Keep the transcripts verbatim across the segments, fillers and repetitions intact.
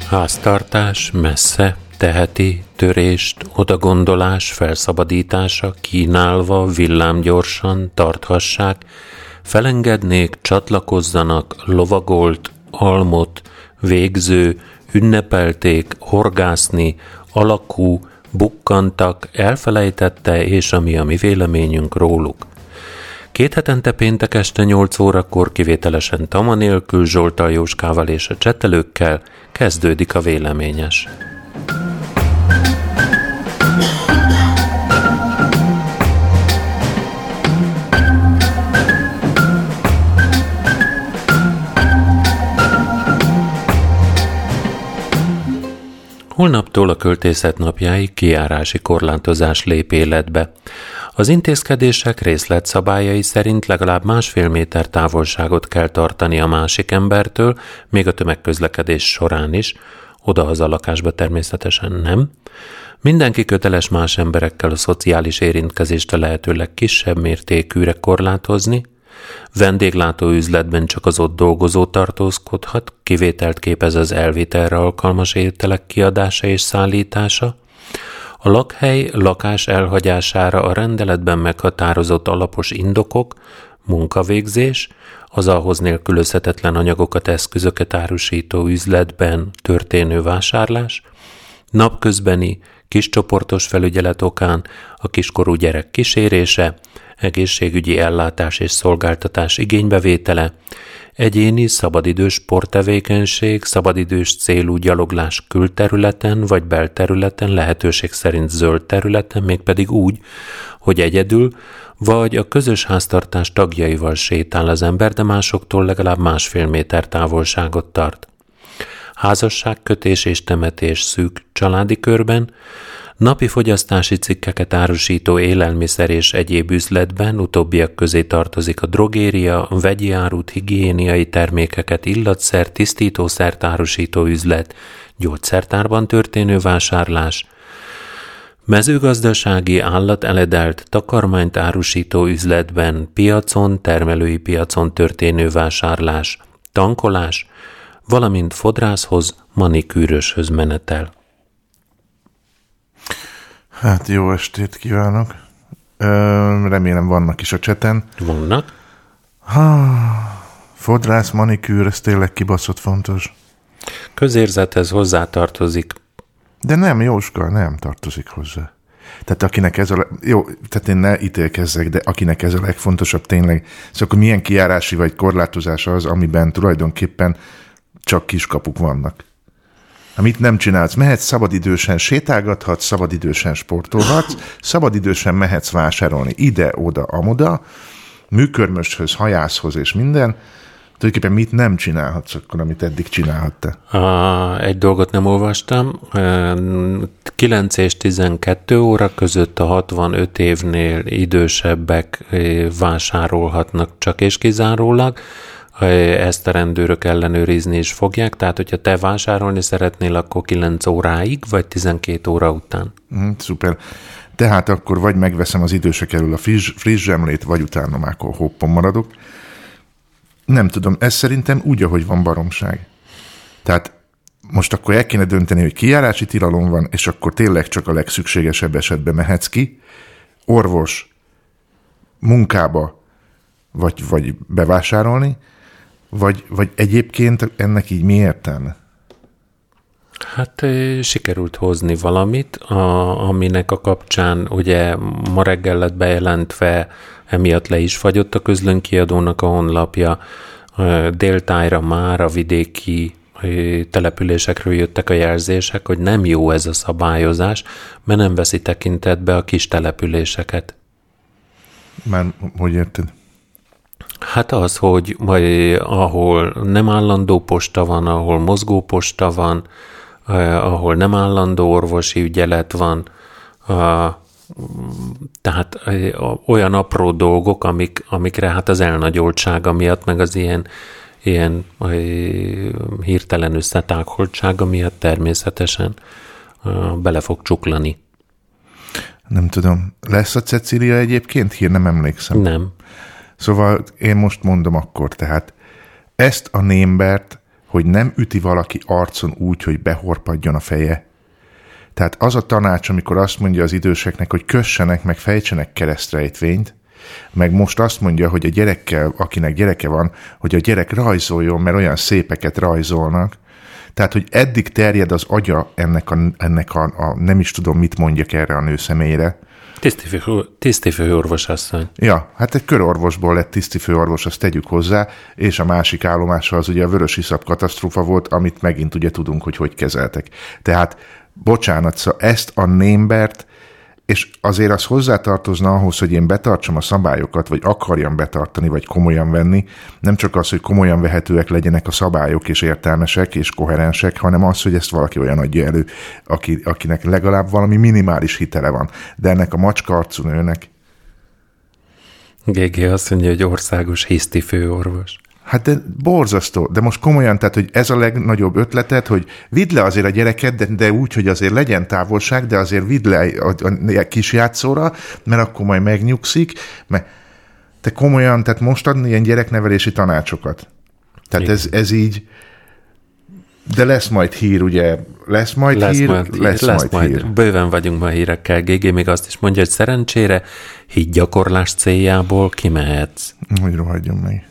Háztartás, messze, teheti, törést, odagondolás, felszabadítása, kínálva, villámgyorsan, tarthassák, felengednék, csatlakozzanak, lovagolt, almot, végző, ünnepelték, horgászni, alakú, bukkantak, elfelejtette, és ami a mi véleményünk róluk. Két hetente péntek este nyolc órakor kivételesen Tama nélkül, Zsoltal, Jóskával és a csetelőkkel kezdődik a véleményes. Holnaptól a költészet napjáig kijárási korlátozás lép életbe. Az intézkedések részletszabályai szerint legalább másfél méter távolságot kell tartani a másik embertől, még a tömegközlekedés során is, odahaza a lakásba természetesen nem. Mindenki köteles más emberekkel a szociális érintkezést a lehetőleg kisebb mértékűre korlátozni. Vendéglátó üzletben csak az ott dolgozó tartózkodhat, kivételt képez az elvételre alkalmas ételek kiadása és szállítása. A lakhely lakás elhagyására a rendeletben meghatározott alapos indokok, munkavégzés, az ahhoz nélkülözhetetlen anyagokat, eszközöket árusító üzletben történő vásárlás, napközbeni kiscsoportos felügyelet okán a kiskorú gyerek kísérése, egészségügyi ellátás és szolgáltatás igénybevétele, egyéni szabadidős sporttevékenység, szabadidős célú gyaloglás külterületen vagy belterületen, lehetőség szerint zöld területen, mégpedig úgy, hogy egyedül vagy a közös háztartás tagjaival sétál az ember, de másoktól legalább másfél méter távolságot tart. Házasságkötés és temetés szűk családi körben, napi fogyasztási cikkeket árusító élelmiszer és egyéb üzletben, utóbbiak közé tartozik a drogéria, vegyi árut, higiéniai termékeket, illatszer, tisztítószert árusító üzlet, gyógyszertárban történő vásárlás, mezőgazdasági állateledelt takarmányt árusító üzletben, piacon, termelői piacon történő vásárlás, tankolás, valamint fodrászhoz, manikűröshöz menetel. Hát jó estét kívánok. Ö, remélem vannak is a cseten. Vannak. Ha, fodrász, manikűr, ez tényleg kibaszott fontos. Közérzethez hozzátartozik. De nem, Jóska, nem tartozik hozzá. Tehát akinek ez a... Le... Jó, tehát én ne ítélkezzek, de akinek ez a legfontosabb tényleg. Szóval akkor milyen kijárási vagy korlátozás az, amiben tulajdonképpen csak kiskapuk vannak. Amit nem csinálsz, mehetsz szabadidősen, sétálgathatsz, szabadidősen sportolhatsz, szabadidősen mehetsz vásárolni ide, oda, amoda, műkörmöshöz, hajászhoz és minden. Tulajdonképpen mit nem csinálhatsz akkor, amit eddig csinálhattál? A, egy dolgot nem olvastam. kilenc és tizenkettő óra között a hatvanöt évnél idősebbek vásárolhatnak csak és kizárólag. Ezt a rendőrök ellenőrizni is fogják, tehát hogyha te vásárolni szeretnél, akkor kilenc óráig, vagy tizenkét óra után. Mm, szuper. Tehát akkor vagy megveszem az időse kerül a friss, friss zsemlét, vagy utána már akkor hoppon maradok. Nem tudom, ez szerintem úgy, ahogy van baromság. Tehát most akkor el kéne dönteni, hogy kijárási tilalom van, és akkor tényleg csak a legszükségesebb esetben mehetsz ki. Orvos, munkába, vagy, vagy bevásárolni, Vagy, vagy egyébként ennek így mi értelme? Hát sikerült hozni valamit, a, aminek a kapcsán ugye ma reggel lett bejelentve, emiatt le is fagyott a közlönykiadónak a honlapja, déltájra már a vidéki településekről jöttek a jelzések, hogy nem jó ez a szabályozás, mert nem veszi tekintetbe a kis településeket. Már hogy érted? Hát az, hogy majd, ahol nem állandó posta van, ahol mozgó posta van, eh, ahol nem állandó orvosi ügyelet van, eh, tehát eh, olyan apró dolgok, amik, amikre hát az elnagyoltsága miatt, meg az ilyen, ilyen eh, hirtelen összetákoltsága miatt természetesen eh, bele fog csuklani. Nem tudom. Lesz a Cecília egyébként hír? Nem emlékszem. Nem. Szóval én most mondom akkor, tehát ezt a némbert, hogy nem üti valaki arcon úgy, hogy behorpadjon a feje. Tehát az a tanács, amikor azt mondja az időseknek, hogy kössenek, meg fejtsenek keresztrejtvényt, meg most azt mondja, hogy a gyerekkel, akinek gyereke van, hogy a gyerek rajzoljon, mert olyan szépeket rajzolnak. Tehát, hogy eddig terjed az agya ennek a, ennek a, a nem is tudom, mit mondjak erre a nő személyre. Tisztifőorvos asszony. Ja, hát egy körorvosból lett tisztifőorvos, azt tegyük hozzá, és a másik állomása az ugye a vörösiszap katasztrófa volt, amit megint ugye tudunk, hogy hogy kezeltek. Tehát, bocsánat, szóval ezt a némbert, és azért az hozzátartozna ahhoz, hogy én betartsam a szabályokat, vagy akarjam betartani, vagy komolyan venni, nem csak az, hogy komolyan vehetőek legyenek a szabályok, és értelmesek, és koherensek, hanem az, hogy ezt valaki olyan adja elő, aki, akinek legalább valami minimális hitele van. De ennek a macskaarcú nőnek... gé gé azt mondja, hogy országos hiszti főorvos. Hát de borzasztó, de most komolyan, tehát, hogy ez a legnagyobb ötleted, hogy vidd le azért a gyereket, de, de úgy, hogy azért legyen távolság, de azért vidd le a, a, a kis játszóra, mert akkor majd megnyugszik, mert te komolyan, tehát most adni ilyen gyereknevelési tanácsokat. Tehát ez, ez így, de lesz majd hír, ugye, lesz majd lesz hír, majd, lesz, lesz majd, majd hír. Bőven vagyunk ma hírekkel, gé gé még azt is mondja, hogy szerencsére hídgyakorlás céljából kimehetsz. Hogy rohadjon meg.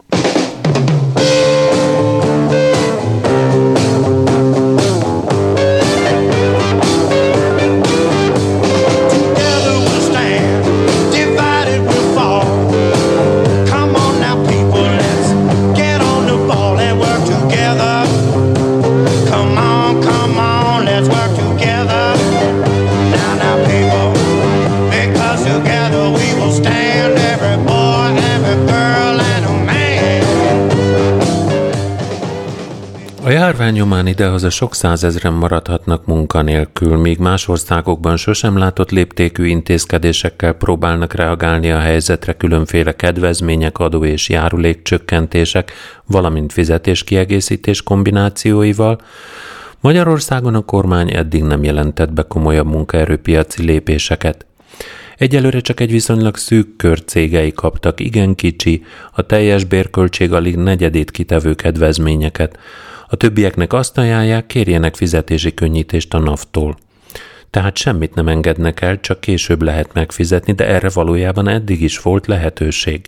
A járvány nyomán idehaza sok százezren maradhatnak munkanélkül, míg más országokban sosem látott léptékű intézkedésekkel próbálnak reagálni a helyzetre különféle kedvezmények, adó és járulékcsökkentések, valamint fizetéskiegészítés kombinációival. Magyarországon a kormány eddig nem jelentett be komolyabb munkaerőpiaci lépéseket. Egyelőre csak egy viszonylag szűk kör cégei kaptak igen kicsi, a teljes bérköltség alig negyedét kitevő kedvezményeket. A többieknek azt ajánlják, kérjenek fizetési könnyítést a NAV-tól. Tehát semmit nem engednek el, csak később lehet megfizetni, de erre valójában eddig is volt lehetőség.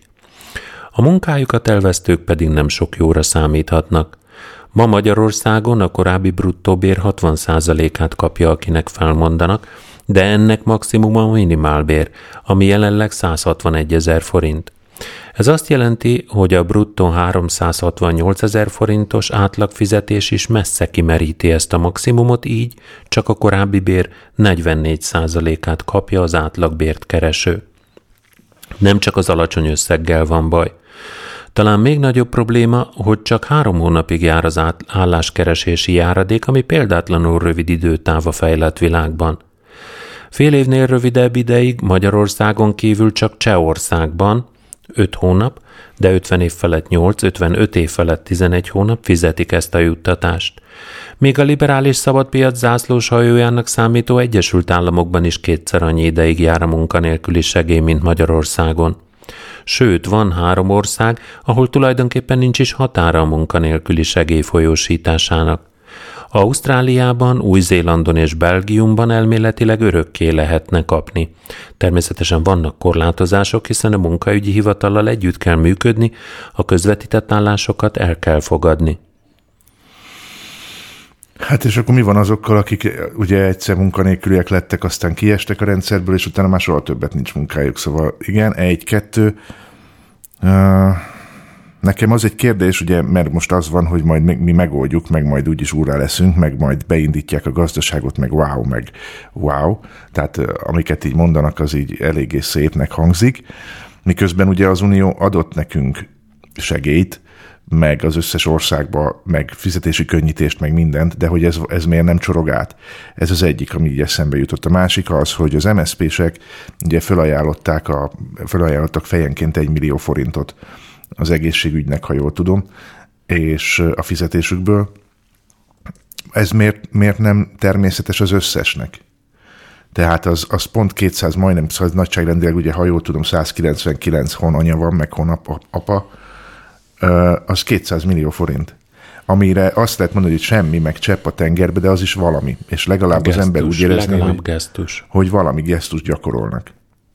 A munkájukat elvesztők pedig nem sok jóra számíthatnak. Ma Magyarországon a korábbi bruttó bér hatvan százalékát kapja, akinek felmondanak, de ennek maximum a minimálbér, ami jelenleg százhatvanegy ezer forint. Ez azt jelenti, hogy a bruttó háromszázhatvannyolc ezer forintos átlagfizetés is messze kimeríti ezt a maximumot, így csak a korábbi bér negyvennégy százalékát kapja az átlagbért kereső. Nem csak az alacsony összeggel van baj. Talán még nagyobb probléma, hogy csak három hónapig jár az álláskeresési járadék, ami példátlanul rövid időtáv a fejlett világban. Fél évnél rövidebb ideig Magyarországon kívül csak Csehországban öt hónap, de ötven év felett nyolc, ötvenöt év felett tizenegy hónap fizetik ezt a juttatást. Még a liberális szabadpiac zászlós hajójának számító Egyesült Államokban is kétszer annyi ideig jár a munkanélküli segély, mint Magyarországon. Sőt, van három ország, ahol tulajdonképpen nincs is határa a munkanélküli segély folyósításának. Ausztráliában, Új-Zélandon és Belgiumban elméletileg örökké lehetne kapni. Természetesen vannak korlátozások, hiszen a munkaügyi hivatallal együtt kell működni, a közvetített állásokat el kell fogadni. Hát és akkor mi van azokkal, akik ugye egyszer munkanélküliek lettek, aztán kiestek a rendszerből, és utána már soha többet nincs munkájuk. Szóval igen, egy, kettő... Uh... Nekem az egy kérdés, ugye, mert most az van, hogy majd mi megoldjuk, meg majd úgyis úrrá leszünk, meg majd beindítják a gazdaságot, meg wow, meg wow. Tehát amiket így mondanak, az így eléggé szépnek hangzik. Miközben ugye az Unió adott nekünk segélyt, meg az összes országba, meg fizetési könnyítést, meg mindent, de hogy ez, ez miért nem csorog át. Ez az egyik, ami így eszembe jutott. A másik az, hogy az em es zé pések ugye felajánlották a, felajánlottak fejenként egy millió forintot az egészségügynek, ha jól tudom, és a fizetésükből. Ez miért, miért nem természetes az összesnek? Tehát az, az pont kétszáz, majdnem az nagyságrendileg, ugye, ha jól tudom, száz kilencvenkilenc hon anya van, meg hon apa, apa, az kétszáz millió forint. amire azt lehet mondani, hogy semmi, meg csepp a tengerbe, de az is valami. És legalább gesztus, az ember úgy érezni, hogy, gesztus. hogy valami gesztus gyakorolnak.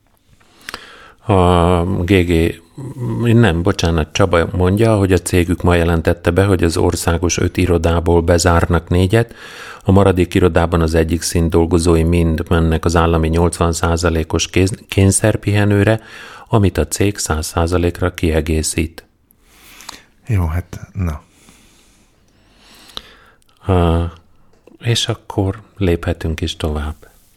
A gé gé, nem, bocsánat, Csaba mondja, hogy a cégük ma jelentette be, hogy az országos öt irodából bezárnak négyet, a maradék irodában az egyik szint dolgozói mind mennek az állami nyolcvan százalékos kényszerpihenőre, amit a cég száz százalékra kiegészít. Jó, hát na. Uh, és akkor léphetünk is tovább.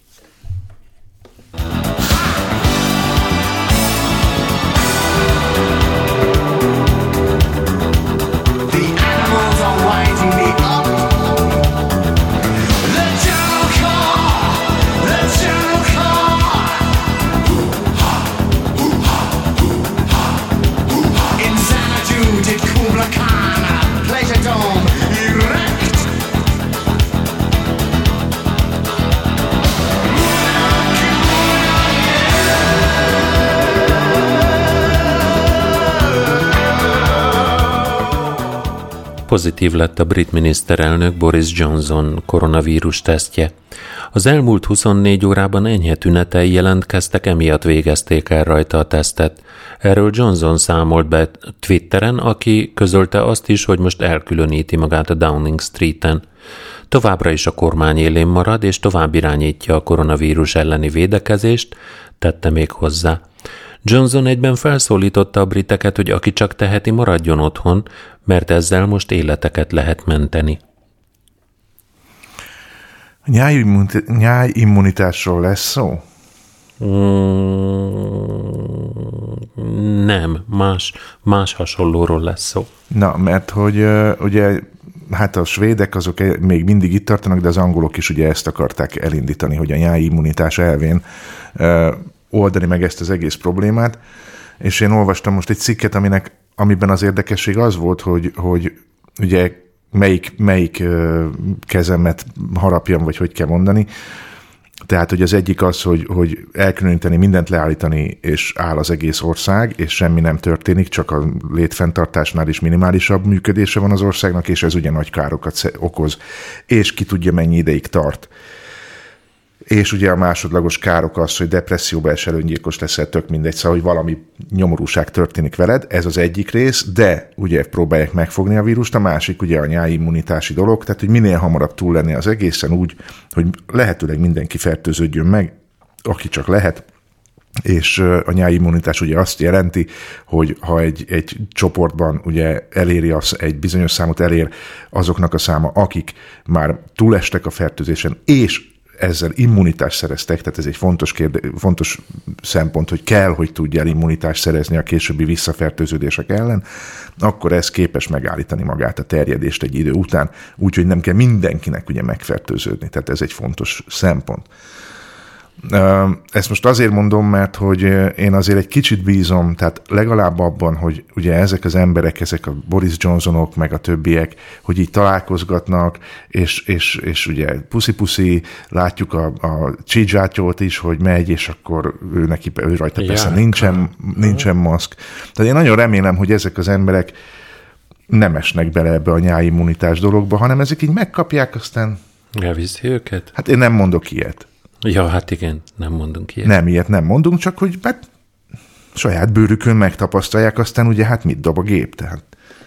Pozitív lett a brit miniszterelnök Boris Johnson koronavírus tesztje. Az elmúlt huszonnégy órában enyhe tünetei jelentkeztek, emiatt végezték el rajta a tesztet. Erről Johnson számolt be Twitteren, aki közölte azt is, hogy most elkülöníti magát a Downing Streeten. Továbbra is a kormány élén marad, és tovább irányítja a koronavírus elleni védekezést, tette még hozzá. Johnson egyben felszólította a briteket, hogy aki csak teheti, maradjon otthon, mert ezzel most életeket lehet menteni. Nyájimmunitásról lesz szó? Mm, nem, más, más hasonlóról lesz szó. Na, mert hogy uh, ugye hát a svédek azok még mindig itt tartanak, de az angolok is ugye ezt akarták elindítani, hogy a nyájimmunitás elvén uh, oldani meg ezt az egész problémát, és én olvastam most egy cikket, aminek, amiben az érdekesség az volt, hogy, hogy ugye melyik, melyik kezemet harapjam, vagy hogy kell mondani. Tehát, hogy az egyik az, hogy, hogy elkülöníteni, mindent leállítani, és áll az egész ország, és semmi nem történik, csak a létfenntartásnál is minimálisabb működése van az országnak, és ez ugye nagy károkat okoz, és ki tudja, mennyi ideig tart. És ugye a másodlagos károk az, hogy depresszióba esel, öngyilkos leszel, tök mindegy, szóval, hogy valami nyomorúság történik veled, ez az egyik rész, de ugye próbálják megfogni a vírust, a másik ugye a nyájimmunitási dolog, tehát hogy minél hamarabb túl lenni az egészen úgy, hogy lehetőleg mindenki fertőződjön meg, aki csak lehet, és a nyájimmunitás ugye azt jelenti, hogy ha egy, egy csoportban ugye eléri az, egy bizonyos számot elér azoknak a száma, akik már túlestek a fertőzésen, és ezzel immunitást szereztek, tehát ez egy fontos, kérde, fontos szempont, hogy kell, hogy tudjál immunitást szerezni a későbbi visszafertőződések ellen, akkor ez képes megállítani magát a terjedést egy idő után, úgyhogy nem kell mindenkinek ugye megfertőződni, tehát ez egy fontos szempont. Ezt most azért mondom, mert hogy én azért egy kicsit bízom, tehát legalább abban, hogy ugye ezek az emberek, ezek a Boris Johnsonok, meg a többiek, hogy így találkozgatnak, és, és, és ugye puszi-puszi, látjuk a, a Csidzsátyót is, hogy megy, és akkor ő neki, ő rajta persze nincsen, nincsen maszk. Tehát én nagyon remélem, hogy ezek az emberek nem esnek bele ebbe a nyájimmunitás dologba, hanem ezek így megkapják, aztán... Elviszi őket? Hát én nem mondok ilyet. Ja, hát igen, nem mondunk ilyet. Nem, ilyet nem mondunk, csak hogy hát saját bőrükön megtapasztalják, aztán ugye hát mit dob a gép, tehát.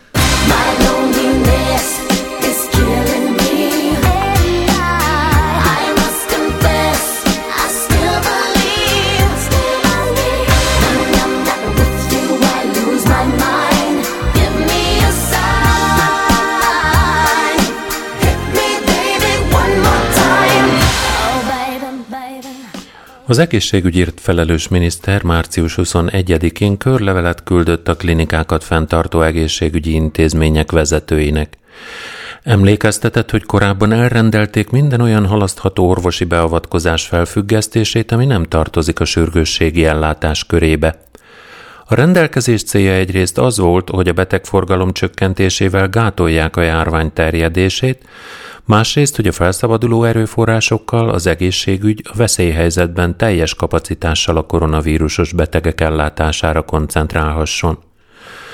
Az egészségügyért felelős miniszter március huszonegyedikén körlevelet küldött a klinikákat fenntartó egészségügyi intézmények vezetőinek. Emlékeztetett, hogy korábban elrendelték minden olyan halasztható orvosi beavatkozás felfüggesztését, ami nem tartozik a sürgősségi ellátás körébe. A rendelkezés célja egyrészt az volt, hogy a betegforgalom csökkentésével gátolják a járvány terjedését, másrészt, hogy a felszabaduló erőforrásokkal az egészségügy a veszélyhelyzetben teljes kapacitással a koronavírusos betegek ellátására koncentrálhasson.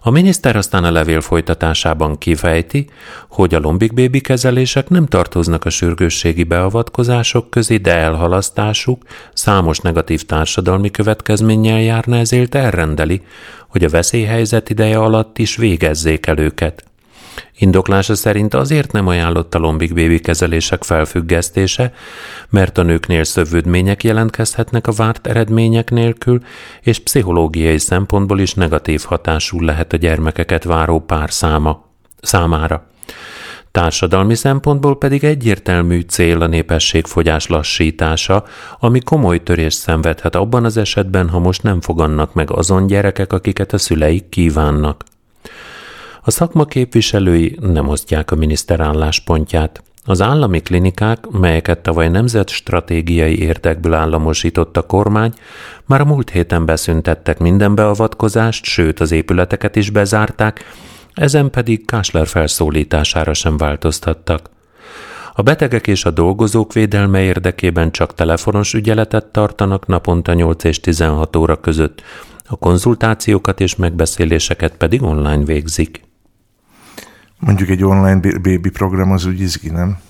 A miniszter aztán a levél folytatásában kifejti, hogy a lombikbébi kezelések nem tartoznak a sürgősségi beavatkozások közé, de elhalasztásuk számos negatív társadalmi következménnyel járna, ezért elrendeli, hogy a veszélyhelyzet ideje alatt is végezzék el őket. Indoklása szerint azért nem ajánlott a lombikbébi kezelések felfüggesztése, mert a nőknél szövődmények jelentkezhetnek a várt eredmények nélkül, és pszichológiai szempontból is negatív hatású lehet a gyermekeket váró pár száma, számára. Társadalmi szempontból pedig egyértelmű cél a népességfogyás lassítása, ami komoly törést szenvedhet abban az esetben, ha most nem fogannak meg azon gyerekek, akiket a szüleik kívánnak. A szakma képviselői nem osztják a miniszter álláspontját. Az állami klinikák, melyeket tavaly nemzetstratégiai érdekből államosított a kormány, már a múlt héten beszüntettek minden beavatkozást, sőt az épületeket is bezárták, ezen pedig Kásler felszólítására sem változtattak. A betegek és a dolgozók védelme érdekében csak telefonos ügyeletet tartanak naponta nyolc és tizenhat óra között, a konzultációkat és megbeszéléseket pedig online végzik. Mondjuk egy online baby program az úgy izgi, nem?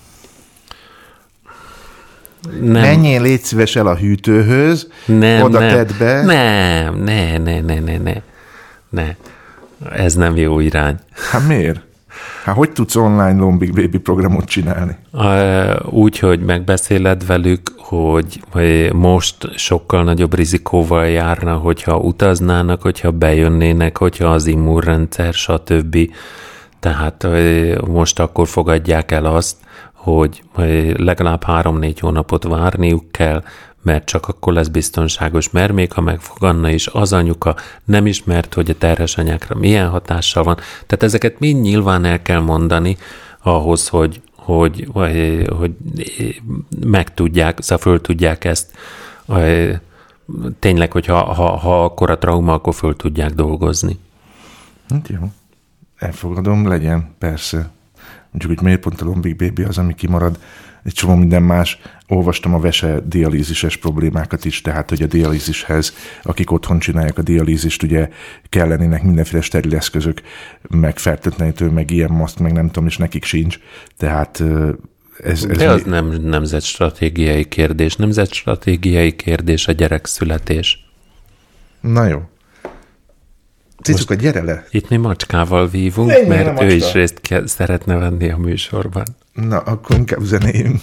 Nem. Menjél, légy szíves el a hűtőhöz, nem, oda nem. tedd be. Nem, ne, ne, ne, ne, ne, ne. Ez nem jó irány. Hát miért? Hát hogy tudsz online lombik baby programot csinálni? Úgy, hogy megbeszéled velük, hogy most sokkal nagyobb rizikóval járna, hogyha utaznának, hogyha bejönnének, hogyha az immunrendszer, stb. Tehát most akkor fogadják el azt, hogy legalább három-négy hónapot várniuk kell, mert csak akkor lesz biztonságos, mert még ha megfoganna is az anyuka nem ismert, hogy a terhes anyákra milyen hatással van. Tehát ezeket mind nyilván el kell mondani ahhoz, hogy, hogy, hogy, hogy megtudják, szóval föl tudják ezt. Tényleg, hogy ha, ha, ha akkor a trauma, akkor föl tudják dolgozni. Hát jó. Elfogadom, legyen, persze. Mondjuk, hogy miért pont a lombik baby az, ami kimarad, egy csomó minden más. Olvastam a vese dialízises problémákat is, tehát, hogy a dialízishez, akik otthon csinálják a dialízist, ugye kellenének mindenféle steril eszközök, meg fertőtlenítő, meg ilyen maszk, meg nem tudom, és nekik sincs. Tehát ez... ez De az mi... nem nemzetstratégiai kérdés. Nemzetstratégiai kérdés a gyerekszületés. Na jó. Cicuka, gyere le! Itt mi macskával vívunk, Ennyi mert ő is részt ke- szeretne venni a műsorban. Na, akkor inkább zenéljünk.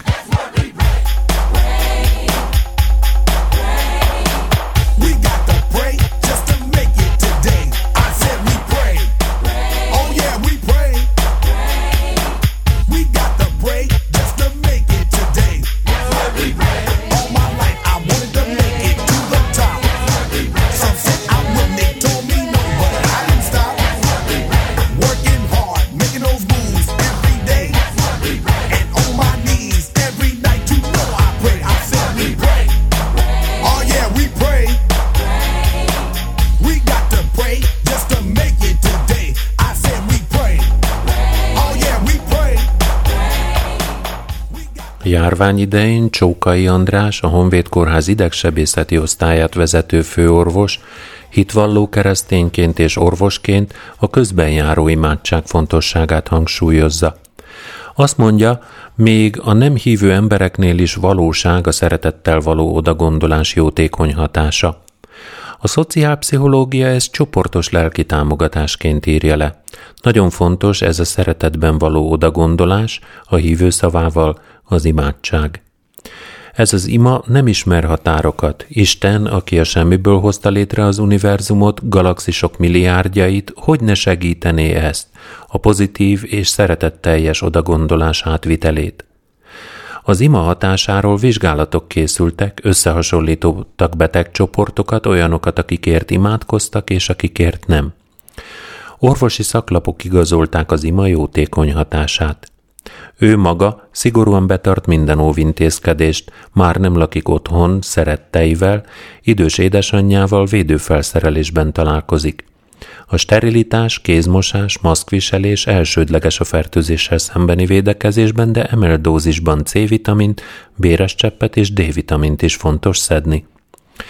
Járvány idején Csókai András, a Honvéd Kórház idegsebészeti osztályát vezető főorvos, hitvalló keresztényként és orvosként a közbenjáró imádság fontosságát hangsúlyozza. Azt mondja, még a nem hívő embereknél is valóság a szeretettel való odagondolás jótékony hatása. A szociálpszichológia ezt csoportos lelki támogatásként írja le. Nagyon fontos ez a szeretetben való odagondolás, a hívő szavával az imádság. Ez az ima nem ismer határokat. Isten, aki a semmiből hozta létre az univerzumot, galaxisok milliárdjait, hogy ne segítené ezt, a pozitív és szeretetteljes odagondolás átvitelét. Az ima hatásáról vizsgálatok készültek, összehasonlítottak betegcsoportokat, olyanokat, akikért imádkoztak, és akikért nem. Orvosi szaklapok igazolták az ima jótékony hatását. Ő maga szigorúan betart minden óvintézkedést, már nem lakik otthon szeretteivel, idős édesanyjával védőfelszerelésben találkozik. A sterilitás, kézmosás, maszkviselés elsődleges a fertőzéssel szembeni védekezésben, de emelt dózisban C-vitamint, bérescseppet és D-vitamint is fontos szedni.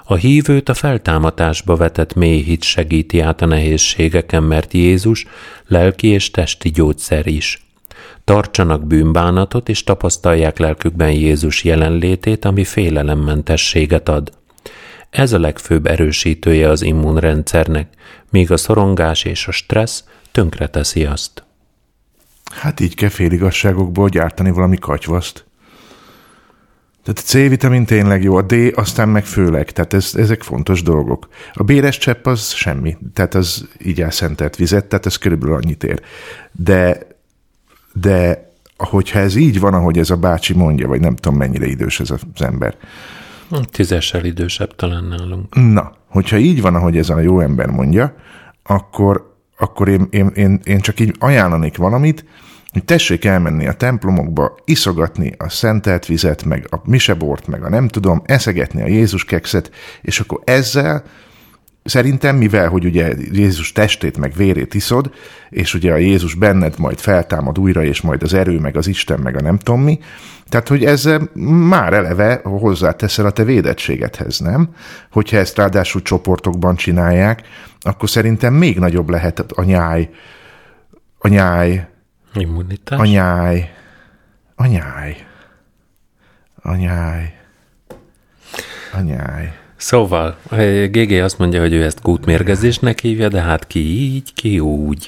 A hívőt a feltámadásba vetett mély hit segíti át a nehézségeken, mert Jézus lelki és testi gyógyszer is. Tartsanak bűnbánatot, és tapasztalják lelkükben Jézus jelenlétét, ami félelemmentességet ad. Ez a legfőbb erősítője az immunrendszernek, míg a szorongás és a stressz tönkreteszi azt. Hát így kell féligasságokból gyártani valami katyvaszt. Tehát a C-vitamin tényleg jó, a D aztán meg főleg, tehát ez, ezek fontos dolgok. A béres csepp az semmi, tehát az így elszentelt vizet, tehát ez körülbelül annyit ér. De, de hogyha ez így van, ahogy ez a bácsi mondja, vagy nem tudom mennyire idős ez az ember. Tízessel idősebb talán nálunk. Na, hogyha így van, ahogy ez a jó ember mondja, akkor, akkor én, én, én, én csak így ajánlanék valamit, hogy tessék elmenni a templomokba, iszogatni a szentelt vizet, meg a misebort, meg a nem tudom, eszegetni a Jézus kekszet, és akkor ezzel szerintem, mivel, hogy ugye Jézus testét meg vérét iszod, és ugye a Jézus benned majd feltámad újra, és majd az erő, meg az Isten, meg a nem tudom mi, tehát, hogy ezzel már eleve hozzáteszel a te védettségedhez, nem? Hogyha ezt ráadásul csoportokban csinálják, akkor szerintem még nagyobb lehet a nyáj, a nyáj, immunitás? A nyáj, a nyáj, a nyáj, a nyáj. Szóval, gé gé azt mondja, hogy ő ezt kútmérgezésnek hívja, de hát ki így, ki úgy.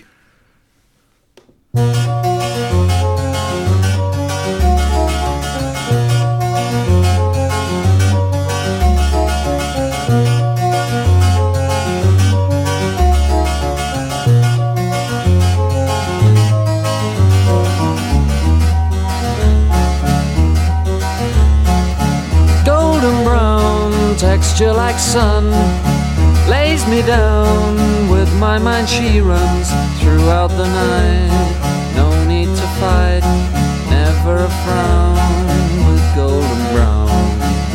Texture like sun lays me down. With my mind she runs throughout the night. No need to fight, never a frown with golden brown.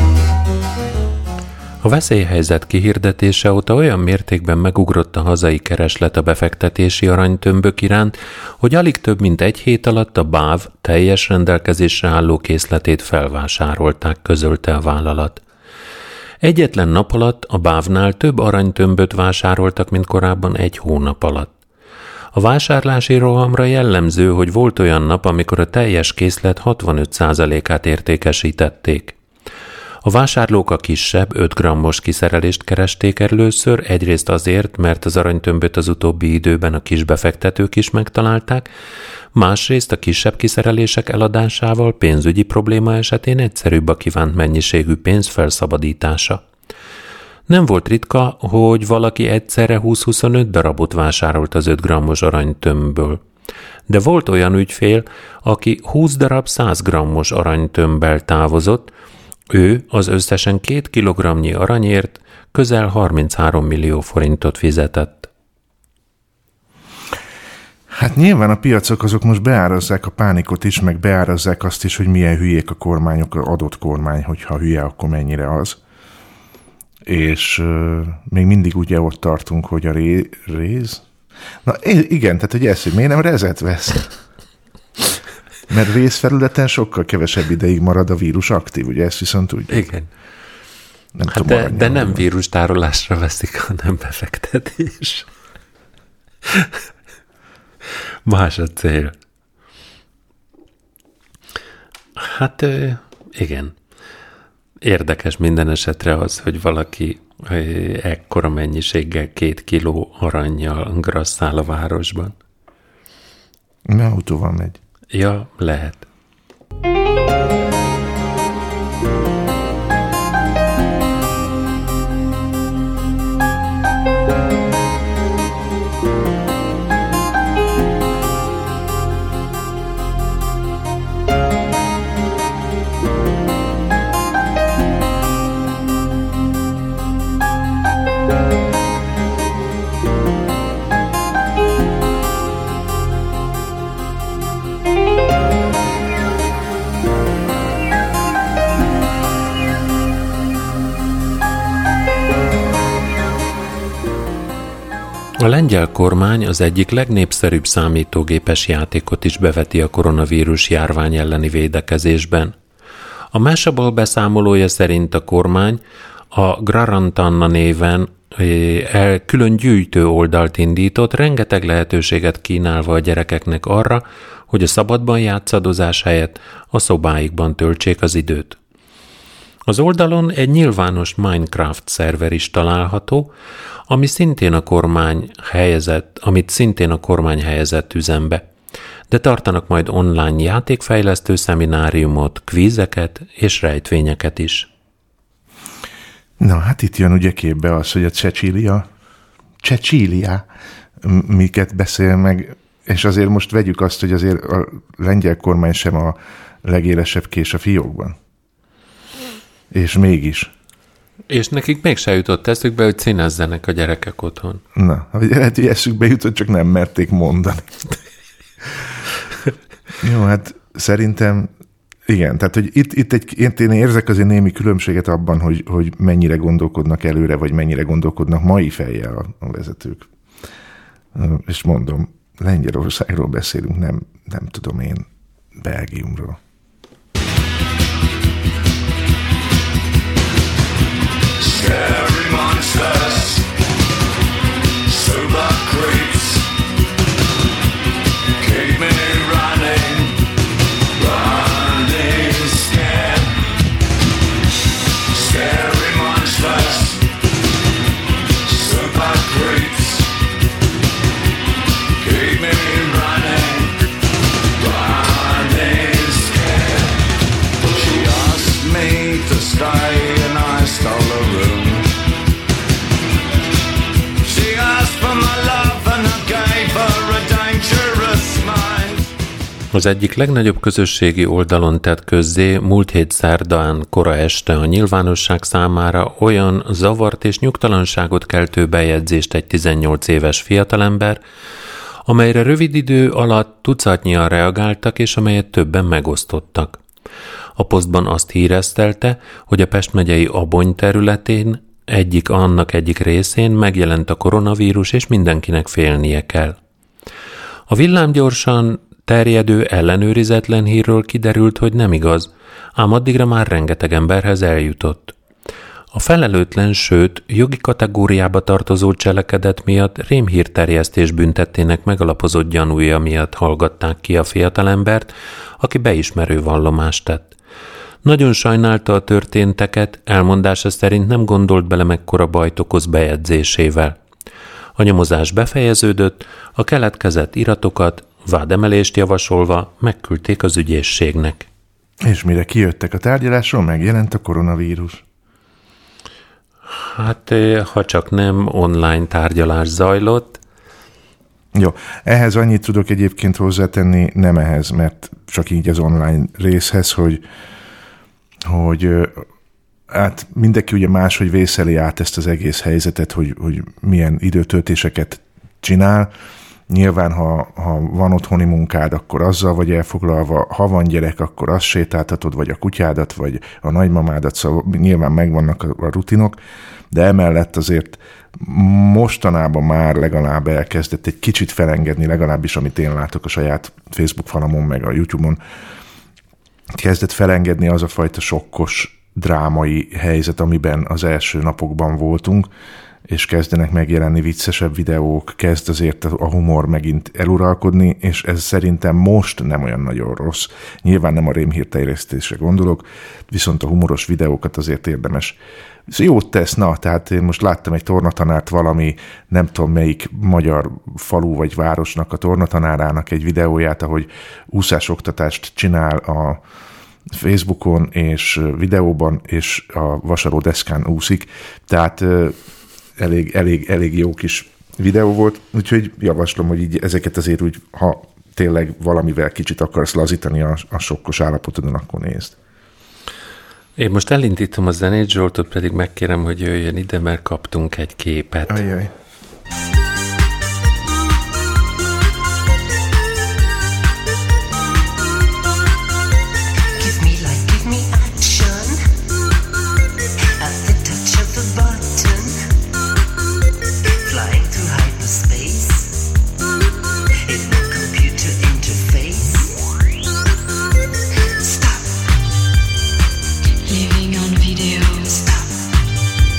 A veszélyhelyzet kihirdetése óta olyan mértékben megugrott a hazai kereslet a befektetési aranytömbök iránt, hogy alig több mint egy hét alatt a báv teljes rendelkezésre álló készletét felvásárolták, közölte a vállalat. Egyetlen nap alatt a bávnál több aranytömböt vásároltak, mint korábban egy hónap alatt. A vásárlási rohamra jellemző, hogy volt olyan nap, amikor a teljes készlet hatvanöt százalékát értékesítették. A vásárlók a kisebb, öt grammos kiszerelést keresték először, egyrészt azért, mert az aranytömböt az utóbbi időben a kisbefektetők is megtalálták, másrészt a kisebb kiszerelések eladásával pénzügyi probléma esetén egyszerűbb a kívánt mennyiségű pénz felszabadítása. Nem volt ritka, hogy valaki egyszerre húsz-huszonöt darabot vásárolt az öt grammos aranytömbből. De volt olyan ügyfél, aki húsz darab száz grammos aranytömbbel távozott, ő az összesen két kilogramnyi aranyért közel harminchárom millió forintot fizetett. Hát nyilván a piacok azok most beárazzák a pánikot is, meg beárazzák azt is, hogy milyen hülyék a kormányok, az adott kormány, hogyha hülye, akkor mennyire az. És euh, még mindig ugye ott tartunk, hogy a ré, réz... Na igen, tehát hogy ez, hogy miért nem rezet vesz? Mert részfelületen sokkal kevesebb ideig marad a vírus aktív, ugye ezt viszont tudjuk. Igen. Nem hát de, de nem vírustárolásra veszik, hanem befektetés. Más a cél. Hát igen. Érdekes minden esetre az, hogy valaki ekkora mennyiséggel két kiló arannyal grasszál a városban. Na, autóval megy. Ja, lehet. A lengyel kormány az egyik legnépszerűbb számítógépes játékot is beveti a koronavírus járvány elleni védekezésben. A Mashable beszámolója szerint a kormány a Grarantanna néven el külön gyűjtő oldalt indított, rengeteg lehetőséget kínálva a gyerekeknek arra, hogy a szabadban játszadozás helyett a szobáikban töltsék az időt. Az oldalon egy nyilvános Minecraft szerver is található, ami szintén a kormány helyezett, amit szintén a kormány helyezett üzembe, de tartanak majd online játékfejlesztő szemináriumot, kvízeket és rejtvényeket is. Na, hát itt jön ugye képbe az, hogy a Cecília, Cecília miket beszél meg, és azért most vegyük azt, hogy azért a lengyel kormány sem a legélesebb kés a fiókban. És mégis. És nekik mégsem jutott eszükbe, hogy színezzenek a gyerekek otthon. Na, lehet, hogy eszükbe jutott, csak nem merték mondani. Jó, hát szerintem igen, tehát hogy itt, itt egy, én érzek azért némi különbséget abban, hogy, hogy mennyire gondolkodnak előre, vagy mennyire gondolkodnak mai fejjel a, a vezetők. És mondom, Lengyelországról beszélünk, nem, nem tudom én, Belgiumról. Scary monsters, super creeps, keep me running, running scared. Scary monsters, super creeps, keep me running, running scared. She asked me to stay and I stole a room. Az egyik legnagyobb közösségi oldalon tett közzé múlt hét szerdán kora este a nyilvánosság számára olyan zavart és nyugtalanságot keltő bejegyzést egy tizennyolc éves fiatalember, amelyre rövid idő alatt tucatnyian reagáltak, és amelyet többen megosztottak. A posztban azt híresztelte, hogy a Pest megyei Abony területén egyik annak egyik részén megjelent a koronavírus, és mindenkinek félnie kell. A villámgyorsan terjedő, ellenőrizetlen hírről kiderült, hogy nem igaz, ám addigra már rengeteg emberhez eljutott. A felelőtlen, sőt, jogi kategóriába tartozó cselekedet miatt rémhírterjesztés büntettének megalapozott gyanúja miatt hallgatták ki a fiatalembert, aki beismerő vallomást tett. Nagyon sajnálta a történteket, elmondása szerint nem gondolt bele, mekkora bajt okoz bejegyzésével. A nyomozás befejeződött, a keletkezett iratokat vádemelést javasolva megküldték az ügyészségnek. És mire kijöttek a tárgyalásról, megjelent a koronavírus. Hát, ha csak nem online tárgyalás zajlott. Jó, ehhez annyit tudok egyébként hozzátenni, nem ehhez, mert csak így az online részhez, hogy, hogy hát mindenki ugye máshogy vészeli át ezt az egész helyzetet, hogy, hogy milyen időtöltéseket csinál. Nyilván, ha, ha van otthoni munkád, akkor azzal vagy elfoglalva, ha van gyerek, akkor azt sétáltatod, vagy a kutyádat, vagy a nagymamádat, szóval nyilván megvannak a, a rutinok, de emellett azért mostanában már legalább elkezdett egy kicsit felengedni, legalábbis amit én látok a saját Facebook falamon, meg a YouTube-on, kezdett felengedni az a fajta sokkos, drámai helyzet, amiben az első napokban voltunk, és kezdenek megjelenni viccesebb videók, kezd azért a humor megint eluralkodni, és ez szerintem most nem olyan nagyon rossz. Nyilván nem a rémhírterjesztésre gondolok, viszont a humoros videókat azért érdemes. Ez jót tesz, na, tehát én most láttam egy tornatanárt valami, nem tudom melyik magyar falu vagy városnak a tornatanárának egy videóját, ahogy úszásoktatást csinál a Facebookon és videóban, és a vasaródeszkán úszik, tehát elég, elég, elég jó kis videó volt, úgyhogy javaslom, hogy így ezeket azért úgy, ha tényleg valamivel kicsit akarsz lazítani a, a sokkos állapotodon, akkor nézd. Én most elindítom a zenét, Zsoltot pedig megkérem, hogy jöjjön ide, mert kaptunk egy képet. Ajjaj. Living on video. Stop.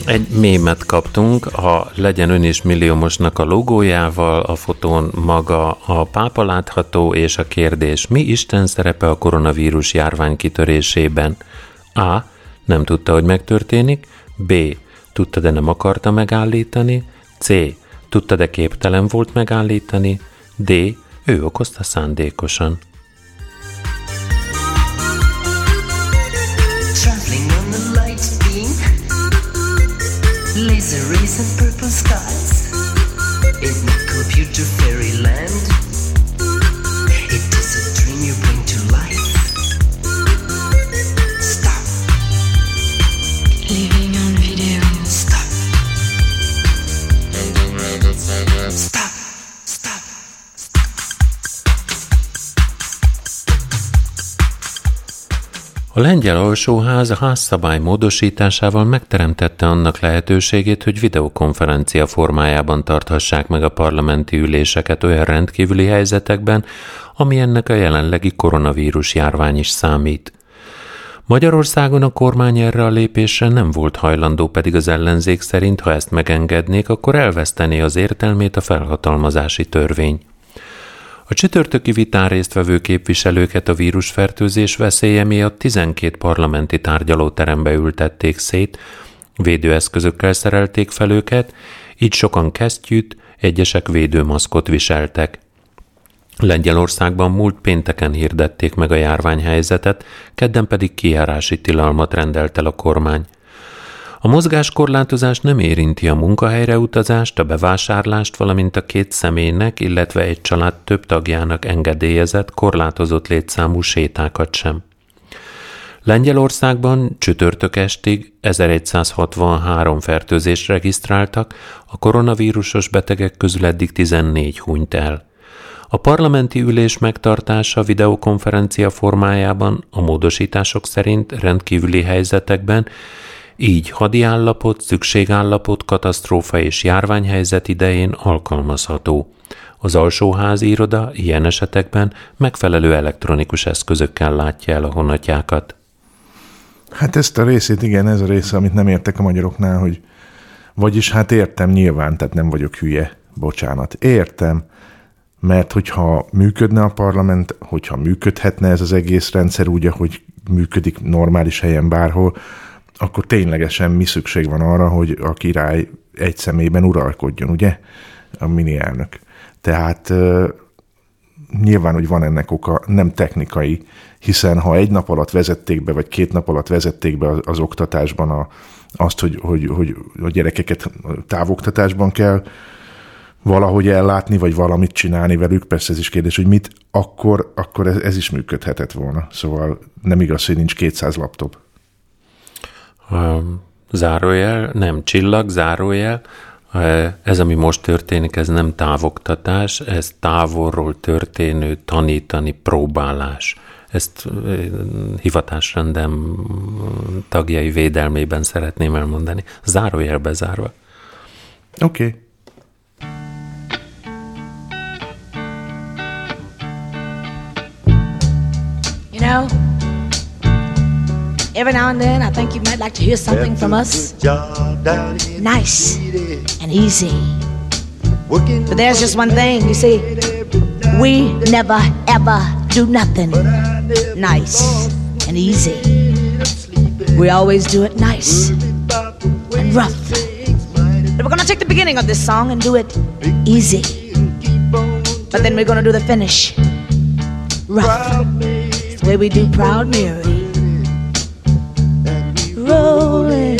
Egy mémet kaptunk, a Legyen ön is milliómosnak a logójával, a fotón maga a pápa látható, és a kérdés: mi Isten szerepe a koronavírus járvány kitörésében? A. Nem tudta, hogy megtörténik. B. Tudta, de nem akarta megállítani. C. Tudta, de képtelen volt megállítani. D. Ő okozta szándékosan. Laser rays and purple skies in computer fairyland. It is a dream you bring to life. Stop. Living on video. Stop. Stop. Stop. A lengyel alsóház a házszabály módosításával megteremtette annak lehetőségét, hogy videokonferencia formájában tarthassák meg a parlamenti üléseket olyan rendkívüli helyzetekben, ami ennek a jelenlegi koronavírus járvány is számít. Magyarországon a kormány erre a lépésre nem volt hajlandó, pedig az ellenzék szerint, ha ezt megengednék, akkor elvesztené az értelmét a felhatalmazási törvény. A csütörtöki vitán résztvevő képviselőket a vírusfertőzés veszélye miatt tizenkét parlamenti tárgyalóterembe ültették szét, védőeszközökkel szerelték fel őket, így sokan kesztyűt, egyesek védőmaszkot viseltek. Lengyelországban múlt pénteken hirdették meg a járványhelyzetet, kedden pedig kijárási tilalmat rendelt el a kormány. A mozgáskorlátozás nem érinti a munkahelyre utazást, a bevásárlást, valamint a két személynek, illetve egy család több tagjának engedélyezett, korlátozott létszámú sétákat sem. Lengyelországban csütörtök estig ezerszázhatvanhárom fertőzést regisztráltak, a koronavírusos betegek közül eddig tizennégy hunyt el. A parlamenti ülés megtartása videokonferencia formájában a módosítások szerint rendkívüli helyzetekben, így hadiállapot, szükségállapot, katasztrófa és járványhelyzet idején alkalmazható. Az alsóházi iroda ilyen esetekben megfelelő elektronikus eszközökkel látja el a honatjákat. Hát ezt a részét, igen, ez a része, amit nem értek a magyaroknál, hogy vagyis hát értem nyilván, tehát nem vagyok hülye, bocsánat. Értem, mert hogyha működne a parlament, hogyha működhetne ez az egész rendszer úgy, ahogy működik normális helyen bárhol, akkor ténylegesen mi szükség van arra, hogy a király egy személyben uralkodjon, ugye? A mini elnök. Tehát uh, nyilván, hogy van ennek oka, nem technikai, hiszen ha egy nap alatt vezették be, vagy két nap alatt vezették be az, az oktatásban a, azt, hogy, hogy, hogy a gyerekeket távoktatásban kell valahogy ellátni, vagy valamit csinálni velük, persze ez is kérdés, hogy mit, akkor, akkor ez, ez is működhetett volna. Szóval nem igaz, hogy nincs kétszáz laptop. A zárójel, nem csillag, zárójel. Ez, ami most történik, ez nem távoktatás, ez távolról történő tanítani próbálás. Ezt hivatásrendem tagjai védelmében szeretném elmondani. Zárójel bezárva. Oké. Okay. You know, every now and then I think you might like to hear something from us. Nice and easy. But there's just one thing, you see, we never ever do nothing nice and easy. We always do it nice and rough. But we're gonna take the beginning of this song and do it easy. But then we're gonna do the finish rough. It's the way we do Proud Mary. Rolling,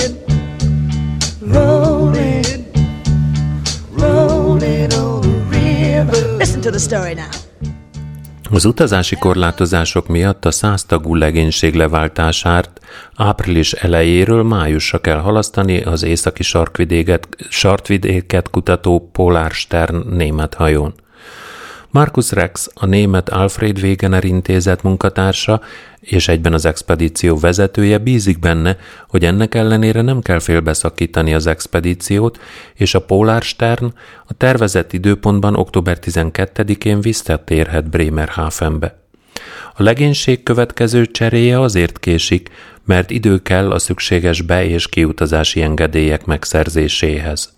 rolling, rolling on the river. Listen to the story now. Az utazási korlátozások miatt a száztagú legénység leváltását április elejéről májusra kell halasztani az északi sarkvidéket, sarkvidéket kutató Polarstern német hajón. Markus Rex, a német Alfred Wegener intézet munkatársa és egyben az expedíció vezetője bízik benne, hogy ennek ellenére nem kell félbeszakítani az expedíciót, és a Polarstern a tervezett időpontban október tizenkettedikén visszatérhet Bremerhavenbe. A legénység következő cseréje azért késik, mert idő kell a szükséges be- és kiutazási engedélyek megszerzéséhez.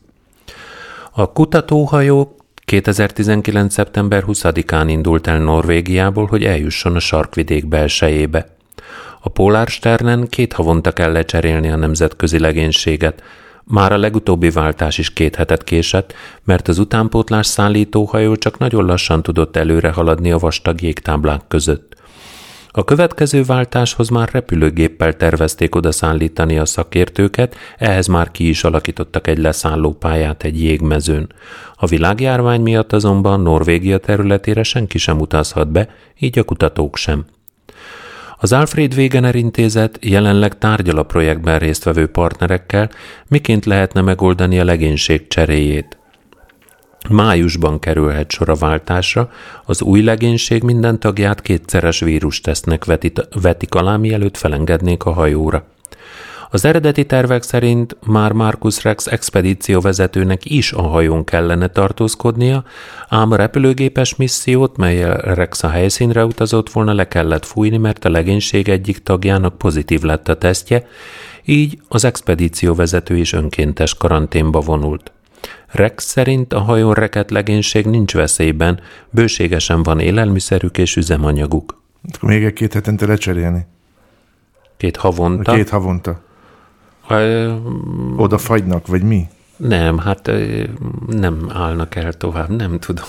A kutatóhajó kétezer-tizenkilenc. szeptember huszadikán indult el Norvégiából, hogy eljusson a sarkvidék belsejébe. A Polarsternen két havonta kell lecserélni a nemzetközi legénységet. Már a legutóbbi váltás is két hetet késett, mert az utánpótlás szállítóhajó csak nagyon lassan tudott előre haladni a vastag jégtáblák között. A következő váltáshoz már repülőgéppel tervezték oda szállítani a szakértőket, ehhez már ki is alakítottak egy leszállópályát egy jégmezőn. A világjárvány miatt azonban Norvégia területére senki sem utazhat be, így a kutatók sem. Az Alfred Wegener intézet jelenleg tárgyal a projektben résztvevő partnerekkel, miként lehetne megoldani a legénység cseréjét. Májusban kerülhet sor a váltásra, az új legénység minden tagját kétszeres vírustesztnek vetik alá, mielőtt felengednék a hajóra. Az eredeti tervek szerint már Marcus Rex expedíció vezetőnek is a hajón kellene tartózkodnia, ám a repülőgépes missziót, mellyel Rex a helyszínre utazott volna, le kellett fújni, mert a legénység egyik tagjának pozitív lett a tesztje, így az expedíció vezető is önkéntes karanténba vonult. Rex szerint a hajón rekedt legénység nincs veszélyben, bőségesen van élelmiszerük és üzemanyaguk. Még egy két hetente lecserélni. Két havonta? Két havonta. Ö, Oda fagynak, vagy mi? Nem, hát nem állnak el tovább, nem tudom.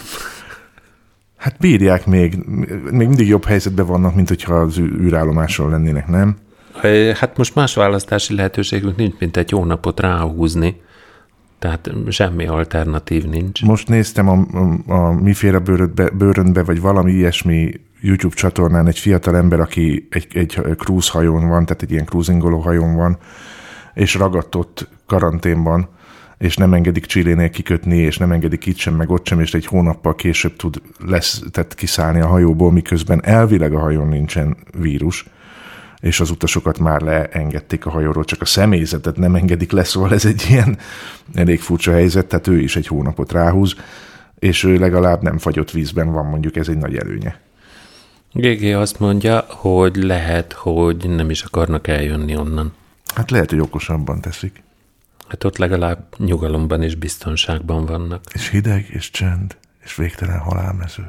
Hát bírják még, még mindig jobb helyzetben vannak, mint hogyha az űrállomáson lennének, nem? Hát most más választási lehetőségünk nincs, mint egy hónapot ráhúzni. Tehát semmi alternatív nincs. Most néztem a, a, a miféle bőrödbe, bőrönbe, vagy valami ilyesmi YouTube csatornán egy fiatal ember, aki egy, egy cruise hajón van, tehát egy ilyen cruisingoló hajón van, és ragadt ott karanténban, és nem engedik Chilénél kikötni, és nem engedik itt sem, meg ott sem, és egy hónappal később tud lesz, tehát kiszállni a hajóból, miközben elvileg a hajón nincsen vírus, és az utasokat már leengedték a hajóról, csak a személyzetet nem engedik le, szóval ez egy ilyen elég furcsa helyzet, tehát ő is egy hónapot ráhúz, és ő legalább nem fagyott vízben van, mondjuk ez egy nagy előnye. gé gé azt mondja, hogy lehet, hogy nem is akarnak eljönni onnan. Hát lehet, hogy okosabban teszik. Hát ott legalább nyugalomban és biztonságban vannak. És hideg, és csend, és végtelen halálmező.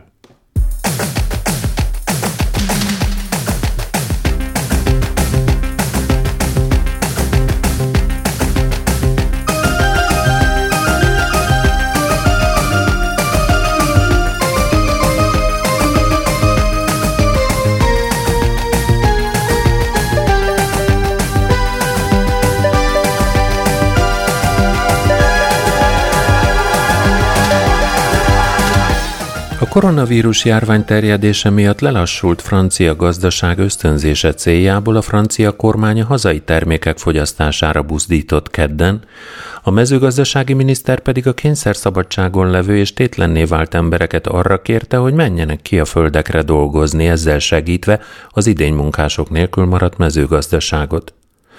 A koronavírus járvány terjedése miatt lelassult francia gazdaság ösztönzése céljából a francia kormány a hazai termékek fogyasztására buzdított kedden, a mezőgazdasági miniszter pedig a kényszerszabadságon levő és tétlenné vált embereket arra kérte, hogy menjenek ki a földekre dolgozni, ezzel segítve az idénymunkások nélkül maradt mezőgazdaságot.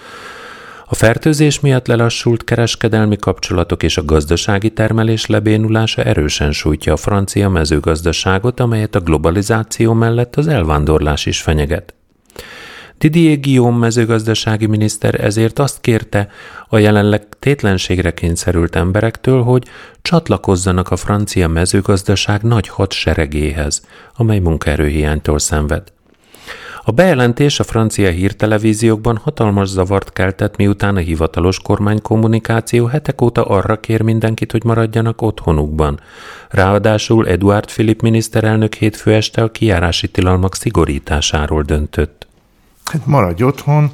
A fertőzés miatt lelassult kereskedelmi kapcsolatok és a gazdasági termelés lebénulása erősen sújtja a francia mezőgazdaságot, amelyet a globalizáció mellett az elvándorlás is fenyeget. Didier Guillaume mezőgazdasági miniszter ezért azt kérte a jelenleg tétlenségre kényszerült emberektől, hogy csatlakozzanak a francia mezőgazdaság nagy hadseregéhez, amely munkaerőhiánytól szenved. A bejelentés a francia hírtelevíziókban hatalmas zavart keltett, miután a hivatalos kormánykommunikáció hetek óta arra kér mindenkit, hogy maradjanak otthonukban. Ráadásul Edouard Philippe miniszterelnök hétfő este a kijárási tilalmak szigorításáról döntött. Hát maradj otthon,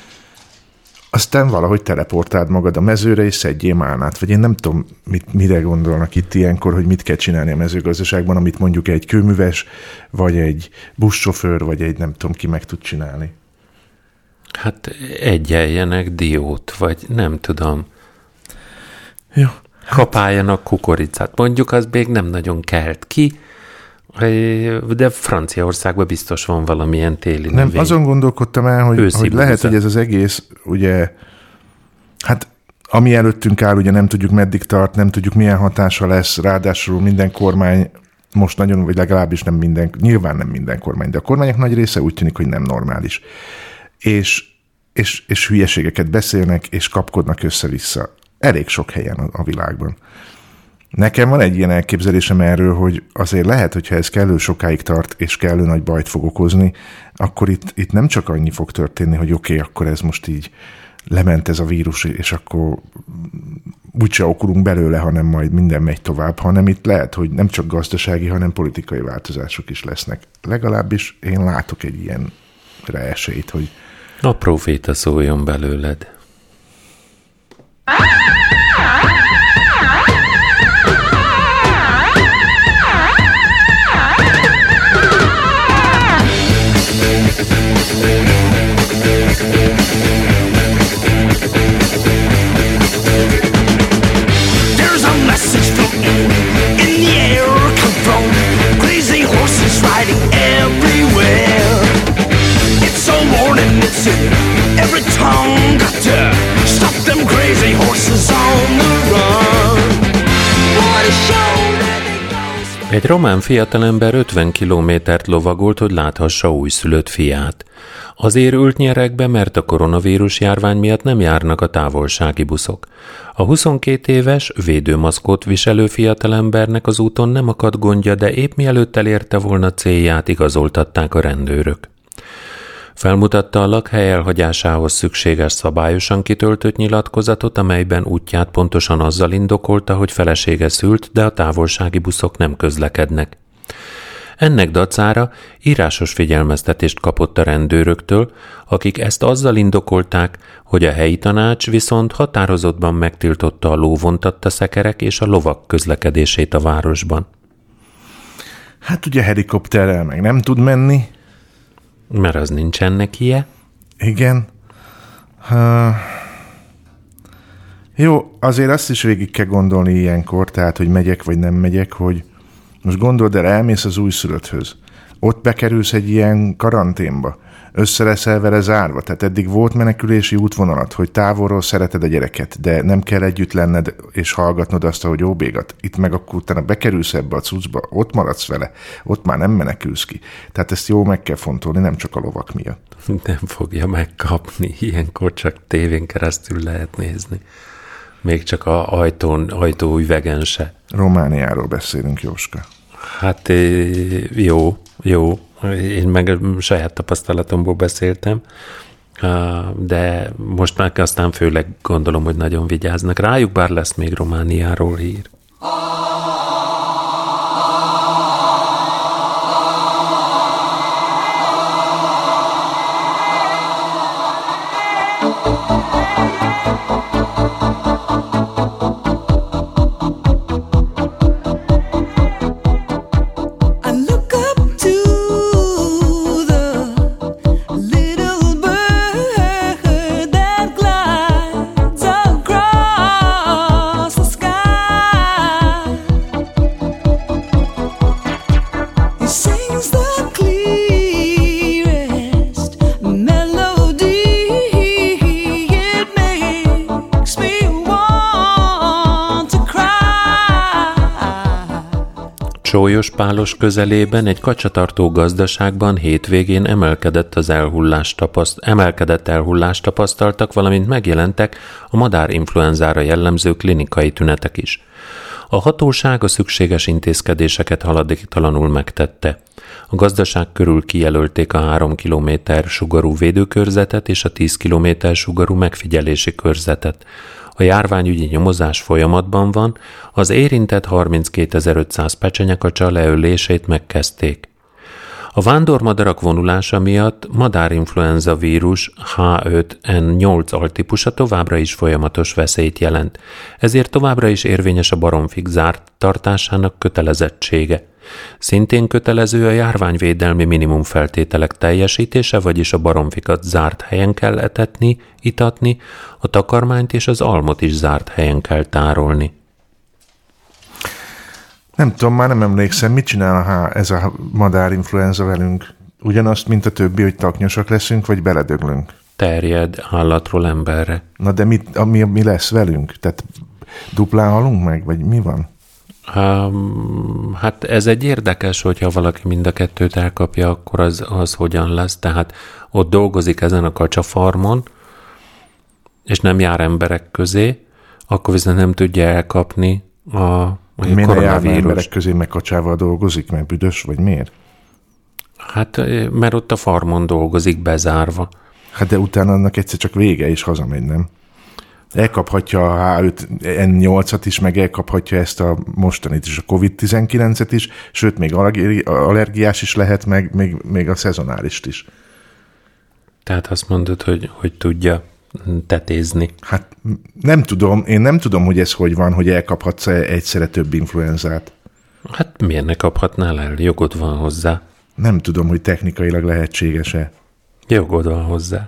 aztán valahogy teleportáld magad a mezőre, és szedjél málnát. Vagy én nem tudom, mit, mire gondolnak itt ilyenkor, hogy mit kell csinálni a mezőgazdaságban, amit mondjuk egy kőműves, vagy egy buszsofőr, vagy egy nem tudom ki meg tud csinálni. Hát egyeljenek diót, vagy nem tudom. Jó. Kapáljanak kukoricát. Mondjuk az még nem nagyon kelt ki, de Franciaországban biztos van valamilyen téli Nem, növény. azon gondolkodtam el, hogy, hogy lehet, hogy ez az egész, ugye, hát ami előttünk áll, ugye nem tudjuk meddig tart, nem tudjuk milyen hatása lesz, ráadásul minden kormány most nagyon, vagy legalábbis nem minden, nyilván nem minden kormány, de a kormányok nagy része úgy tűnik, hogy nem normális. És és, és hülyeségeket beszélnek, és kapkodnak össze-vissza. Elég sok helyen a, a világban. Nekem van egy ilyen elképzelésem erről, hogy azért lehet, hogyha ez kellő sokáig tart, és kellő nagy bajt fog okozni, akkor itt, itt nem csak annyi fog történni, hogy oké, okay, akkor ez most így lement ez a vírus, és akkor úgyse okulunk belőle, hanem majd minden megy tovább, hanem itt lehet, hogy nem csak gazdasági, hanem politikai változások is lesznek. Legalábbis én látok egy ilyenre esélyt, hogy... A proféta szóljon belőled. There's a message from in the air, come from crazy horses riding everywhere. It's a warning, it's in every tongue. Got to stop them crazy horses on the run. What a show that they go. Egy román fiatalember ötven kilométert lovagolt, hogy láthassa újszülött fiát. Azért ült nyeregbe, mert a koronavírus járvány miatt nem járnak a távolsági buszok. A huszonkét éves, védőmaszkot viselő fiatalembernek az úton nem akadt gondja, de épp mielőtt elérte volna célját, igazoltatták a rendőrök. Felmutatta a lakhely elhagyásához szükséges szabályosan kitöltött nyilatkozatot, amelyben útját pontosan azzal indokolta, hogy felesége szült, de a távolsági buszok nem közlekednek. Ennek dacára írásos figyelmeztetést kapott a rendőröktől, akik ezt azzal indokolták, hogy a helyi tanács viszont határozottban megtiltotta a lóvontatta szekerek és a lovak közlekedését a városban. Hát ugye helikopterrel meg nem tud menni. Mert az nincsen nekie. Igen. Ha... Jó, azért azt is végig kell gondolni ilyenkor, tehát, hogy megyek vagy nem megyek, hogy most gondold el, elmész az újszülötthöz. Ott bekerülsz egy ilyen karanténba. Össze leszel vele zárva. Tehát eddig volt menekülési útvonalat, hogy távolról szereted a gyereket, de nem kell együtt lenned és hallgatnod azt, hogy óbégat. Itt meg akkor utána bekerülsz ebbe a cuccba, ott maradsz vele, ott már nem menekülsz ki. Tehát ezt jó meg kell fontolni, nem csak a lovak miatt. Nem fogja megkapni. Ilyenkor csak tévén keresztül lehet nézni. Még csak a ajtón, ajtóüvegen se. Romániáról beszélünk, Jóska. Hát jó, jó. Én meg saját tapasztalatomból beszéltem, de most már aztán főleg gondolom, hogy nagyon vigyáznak rájuk, bár lesz még Romániáról hír. Sólyos Pálos közelében egy kacsatartó gazdaságban hétvégén emelkedett az elhullás tapaszt, emelkedett elhullást tapasztaltak, valamint megjelentek a madárinfluenzára jellemző klinikai tünetek is. A hatóság a szükséges intézkedéseket haladéktalanul megtette. A gazdaság körül kijelölték a három kilométer sugarú védőkörzetet és a tíz kilométer sugarú megfigyelési körzetet. A járványügyi nyomozás folyamatban van, az érintett harminckétezer-ötszáz pecsenyekacsa leölését megkezdték. A vándormadarak vonulása miatt madárinfluenza vírus há öt en nyolc altípusa továbbra is folyamatos veszélyt jelent, ezért továbbra is érvényes a baromfik zárt tartásának kötelezettsége. Szintén kötelező a járványvédelmi minimum feltételek teljesítése, vagyis a baromfikat zárt helyen kell etetni, itatni, a takarmányt és az almot is zárt helyen kell tárolni. Nem tudom, már nem emlékszem, mit csinál ha ez a madárinfluenza velünk? Ugyanazt, mint a többi, hogy taknyosak leszünk, vagy beledöglünk? Terjed állatról emberre. Na de mit, mi, mi lesz velünk? Tehát duplán halunk meg, vagy mi van? Um, hát ez egy érdekes, hogyha valaki mind a kettőt elkapja, akkor az, az hogyan lesz. Tehát ott dolgozik ezen a kacsafarmon, és nem jár emberek közé, akkor viszont nem tudja elkapni a, a miért koronavírust. emberek közé meg kacsával dolgozik, meg büdös, vagy miért? Hát, mert ott a farmon dolgozik bezárva. Hát de utána annak egyszer csak vége, és hazamegy, nem? Elkaphatja a há öt en nyolcat is, meg elkaphatja ezt a mostanit is, a kovid tizenkilencet is, sőt, még allergiás is lehet, meg még, még a szezonálist is. Tehát azt mondod, hogy, hogy tudja tetézni. Hát nem tudom, én nem tudom, hogy ez hogy van, hogy elkaphatsz egyszerre több influenzát. Hát miért ne kaphatnál el? Jogod van hozzá. Nem tudom, hogy technikailag lehetséges-e. Jogod van hozzá.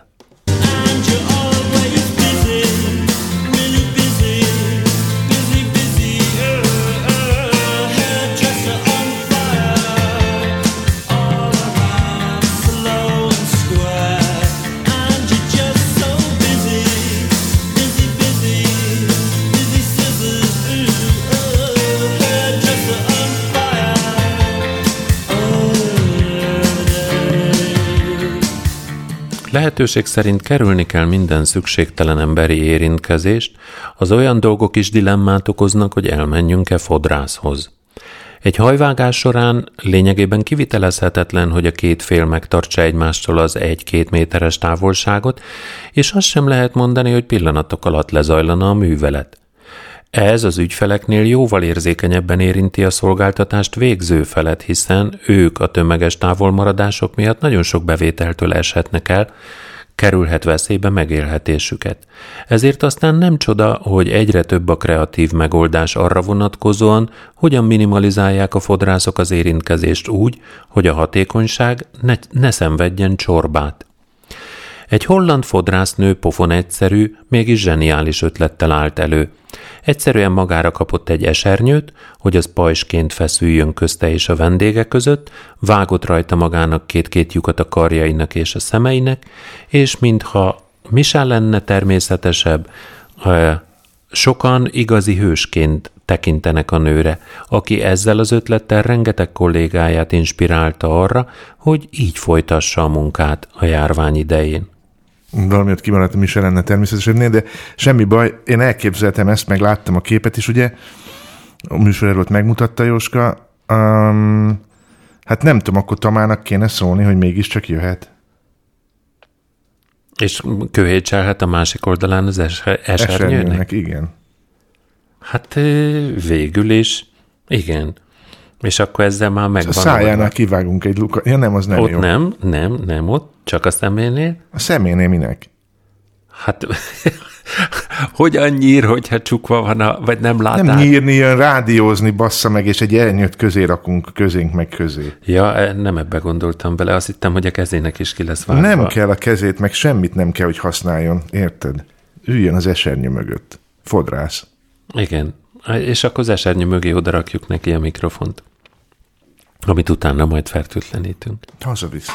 Lehetőség szerint kerülni kell minden szükségtelen emberi érintkezést, az olyan dolgok is dilemmát okoznak, hogy elmenjünk-e fodrászhoz. Egy hajvágás során lényegében kivitelezhetetlen, hogy a két fél megtartsa egymástól az egy-két méteres távolságot, és azt sem lehet mondani, hogy pillanatok alatt lezajlana a művelet. Ez az ügyfeleknél jóval érzékenyebben érinti a szolgáltatást végző felet, hiszen ők a tömeges távolmaradások miatt nagyon sok bevételtől eshetnek el, kerülhet veszélybe megélhetésüket. Ezért aztán nem csoda, hogy egyre több a kreatív megoldás arra vonatkozóan, hogyan minimalizálják a fodrászok az érintkezést úgy, hogy a hatékonyság ne, ne szenvedjen csorbát. Egy holland fodrásznő pofon egyszerű, mégis zseniális ötlettel állt elő. Egyszerűen magára kapott egy esernyőt, hogy az pajsként feszüljön közte és a vendége között, vágott rajta magának két-két lyukat a karjainak és a szemeinek, és mintha mi sem lenne természetesebb, sokan igazi hősként tekintenek a nőre, aki ezzel az ötlettel rengeteg kollégáját inspirálta arra, hogy így folytassa a munkát a járvány idején. Valamiért kimaradtam is lenne természetesen, de semmi baj, én elképzeltem ezt, meg láttam a képet is, ugye, a műsor előtt megmutatta Jóska, um, hát nem tudom, akkor Tamának kéne szólni, hogy mégiscsak jöhet. És köhétselhet a másik oldalán az eser- esernyőnek? Esernyőnek, igen. Hát végül is, igen. És akkor ezzel már megvan. A szájánál kivágunk egy lukat. Ja nem, az nem ott jó. nem, nem, nem ott, csak a szeménél. A szeménél minek? Hát, hogyan nyír, hogyha csukva van, a, vagy nem látál? Nem nyírni, jön rádiózni, bassza meg, és egy elnyőt közé rakunk, közénk meg közé. Ja, nem ebbe gondoltam bele, azt hittem, hogy a kezének is ki lesz vágva. Nem kell a kezét, meg semmit nem kell, hogy használjon, érted? Üljön az esernyő mögött. Fodrász. Igen, és akkor az esernyő mögé oda rakjuk neki a mikrofont, amit utána majd fertőtlenítünk. Hazavisz.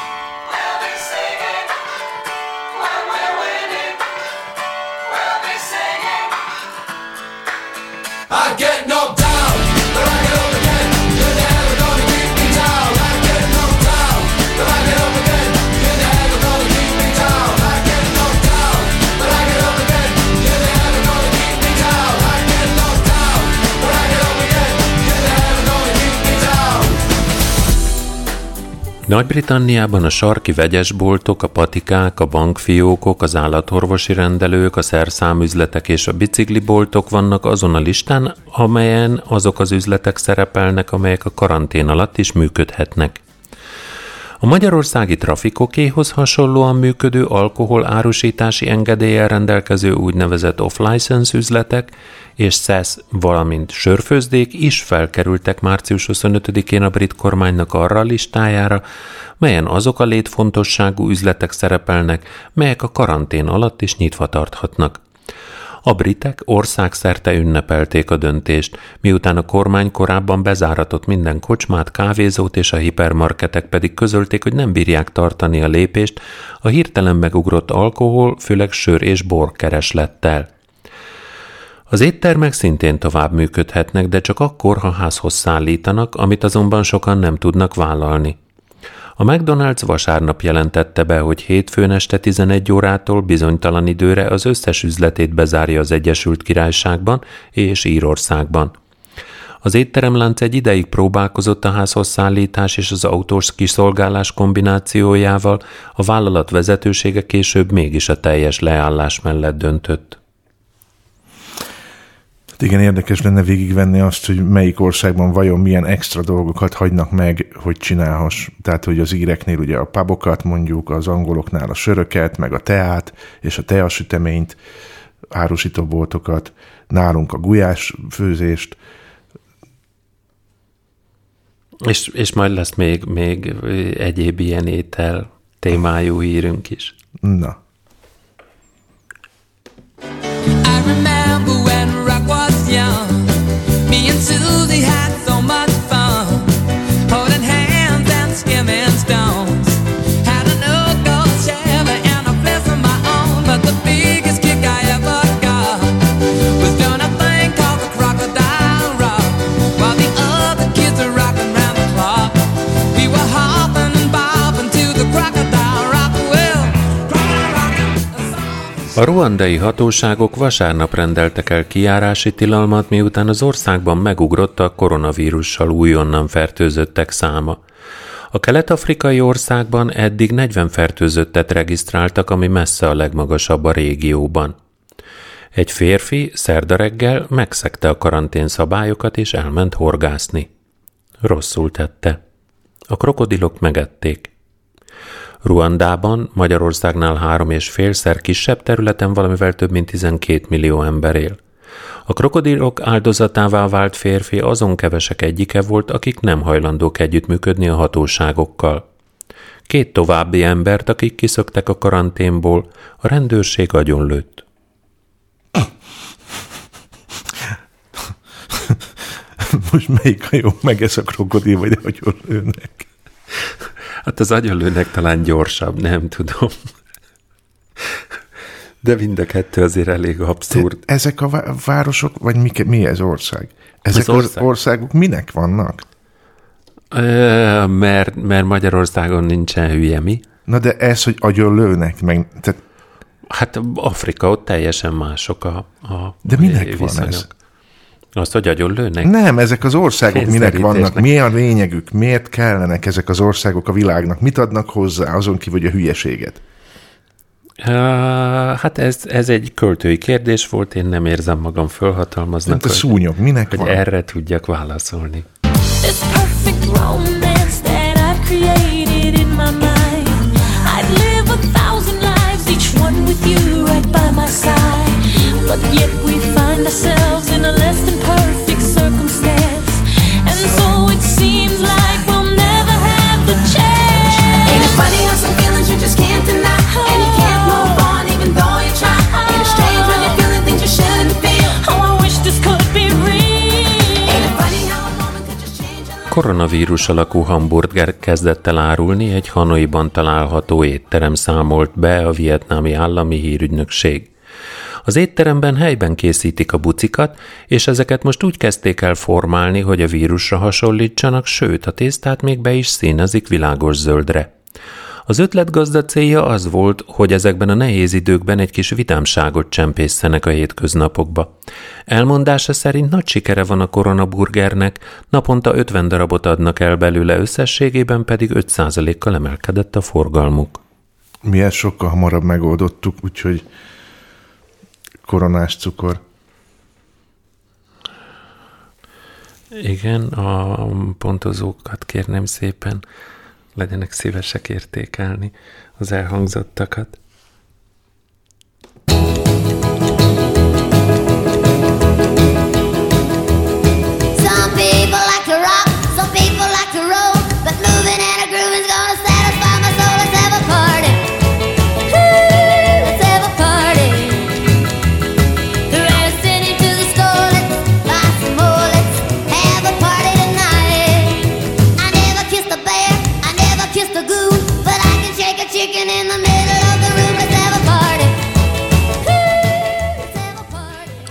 I get knocked down, but I get up again. You're never gonna keep me down. I get knocked down, but I get up again. You're never gonna keep me down. I get knocked down, but I get up again. You're never gonna keep me down. I get knocked down, but I get up again. You're never gonna keep me down. Nagy-Britanniában a sarki vegyesboltok, a patikák, a bankfiókok, az állatorvosi rendelők, a szerszámüzletek és a bicikliboltok vannak azon a listán, amelyen azok az üzletek szerepelnek, amelyek a karantén alatt is működhetnek. A magyarországi Trafikokéhoz hasonlóan működő alkohol árusítási engedéllyel rendelkező úgynevezett off-license üzletek és szesz, valamint sörfőzdék is felkerültek március huszonötödikén a brit kormánynak arra a listájára, melyen azok a létfontosságú üzletek szerepelnek, melyek a karantén alatt is nyitva tarthatnak. A britek országszerte ünnepelték a döntést, miután a kormány korábban bezáratott minden kocsmát, kávézót, és a hipermarketek pedig közölték, hogy nem bírják tartani a lépést a hirtelen megugrott alkohol, főleg sör és bor kereslettel. Az éttermek szintén tovább működhetnek, de csak akkor, ha házhoz szállítanak, amit azonban sokan nem tudnak vállalni. A McDonald's vasárnap jelentette be, hogy hétfőn este tizenegy órától bizonytalan időre az összes üzletét bezárja az Egyesült Királyságban és Írországban. Az étteremlánc egy ideig próbálkozott a házhoz szállítás és az autós kiszolgálás kombinációjával, a vállalat vezetősége később mégis a teljes leállás mellett döntött. Igen, érdekes lenne végigvenni azt, hogy melyik országban vajon milyen extra dolgokat hagynak meg, hogy csinálhass. Tehát, hogy az íreknél ugye a pubokat mondjuk, az angoloknál a söröket, meg a teát és a teasüteményt, árusítóboltokat, nálunk a gulyás főzést. És, és majd lesz még, még egyéb ilyen étel témájú hírünk is. Na. I remember when rock was young. Me and Susie had so much fun, holding hands and skimming stones. Had an old gold Chevy and a place of my own, but the biggest kick I ever got was doing a thing called the Crocodile Rock, while the other kids are rocking round the clock. We were hopping and bobbing to the Crocodile Rock. Well, Crocodile Rock. A ruandai hatóságok vasárnap rendeltek el kijárási tilalmat, miután az országban megugrott a koronavírussal újonnan fertőzöttek száma. A kelet-afrikai országban eddig negyven fertőzöttet regisztráltak, ami messze a legmagasabb a régióban. Egy férfi szerda reggel megszegte a karantén szabályokat és elment horgászni. Rosszul tette. A krokodilok megették. Ruandában, Magyarországnál három és félszer kisebb területen valamivel több mint tizenkét millió ember él. A krokodilok áldozatává vált férfi azon kevesek egyike volt, akik nem hajlandók együttműködni a hatóságokkal. Két további embert, akik kiszöktek a karanténból, a rendőrség agyonlőtt. Most melyik a jó, meg ez a krokodil, vagy agyonlőnek? Hát az agyonlőnek talán gyorsabb, nem tudom. De mind a kettő azért elég abszurd. De ezek a városok, vagy mi, mi ez ország? Ezek az, ország? az országok minek vannak? Ö, mert, mert Magyarországon nincsen hülye, mi? Na de ez, hogy agyonlőnek, meg... Tehát... Hát Afrika, ott teljesen mások a, a De minek viszonyok. van ez? Azt, hogy agyonlőnek? Nem, ezek az országok minek vannak? Mi a lényegük? Miért kellenek ezek az országok a világnak? Mit adnak hozzá, azon kívül, hogy a hülyeséget? Uh, hát ez, ez egy költői kérdés volt, én nem érzem magam fölhatalmaznak. Nem, a szúnyog, minek hogy van? erre tudjak válaszolni. This perfect romance that I've created in my mind, I'd live a thousand lives, each one with you right by my side. But yet we find ourselves in a less than perfect circumstance, and so it seems like we'll never have the chance. Ain't it funny how some feelings you just can't deny, and you can't move on even though you try. Ain't it strange when you're feeling things you shouldn't feel? Oh, I wish this could be real. Ain't it funny how a moment could just change your life? Koronavírus alakú hamburger kezdett el árulni, egy Hanoiban található étterem számolt be a vietnámi állami hírügynökség. Az étteremben helyben készítik a bucikat, és ezeket most úgy kezdték el formálni, hogy a vírusra hasonlítsanak, sőt, a tésztát még be is színezik világos zöldre. Az ötletgazda célja az volt, hogy ezekben a nehéz időkben egy kis vidámságot csempésszenek a hétköznapokba. Elmondása szerint nagy sikere van a koronaburgernek, naponta ötven darabot adnak el belőle, összességében pedig öt százalékkal emelkedett a forgalmuk. Mi ezt sokkal hamarabb megoldottuk, úgyhogy koronás cukor. Igen, a pontozókat kérném szépen, legyenek szívesek értékelni az elhangzottakat. Some people like to rock, some people like to roll, but moving and a groove is gonna satisfy my soul. Let's have a party. Let's have a party. The rest send you to the store. Let's buy some more. Let's have a party tonight. I never kissed a bear, I never kissed a goose, but I can shake a chicken in the middle of the room.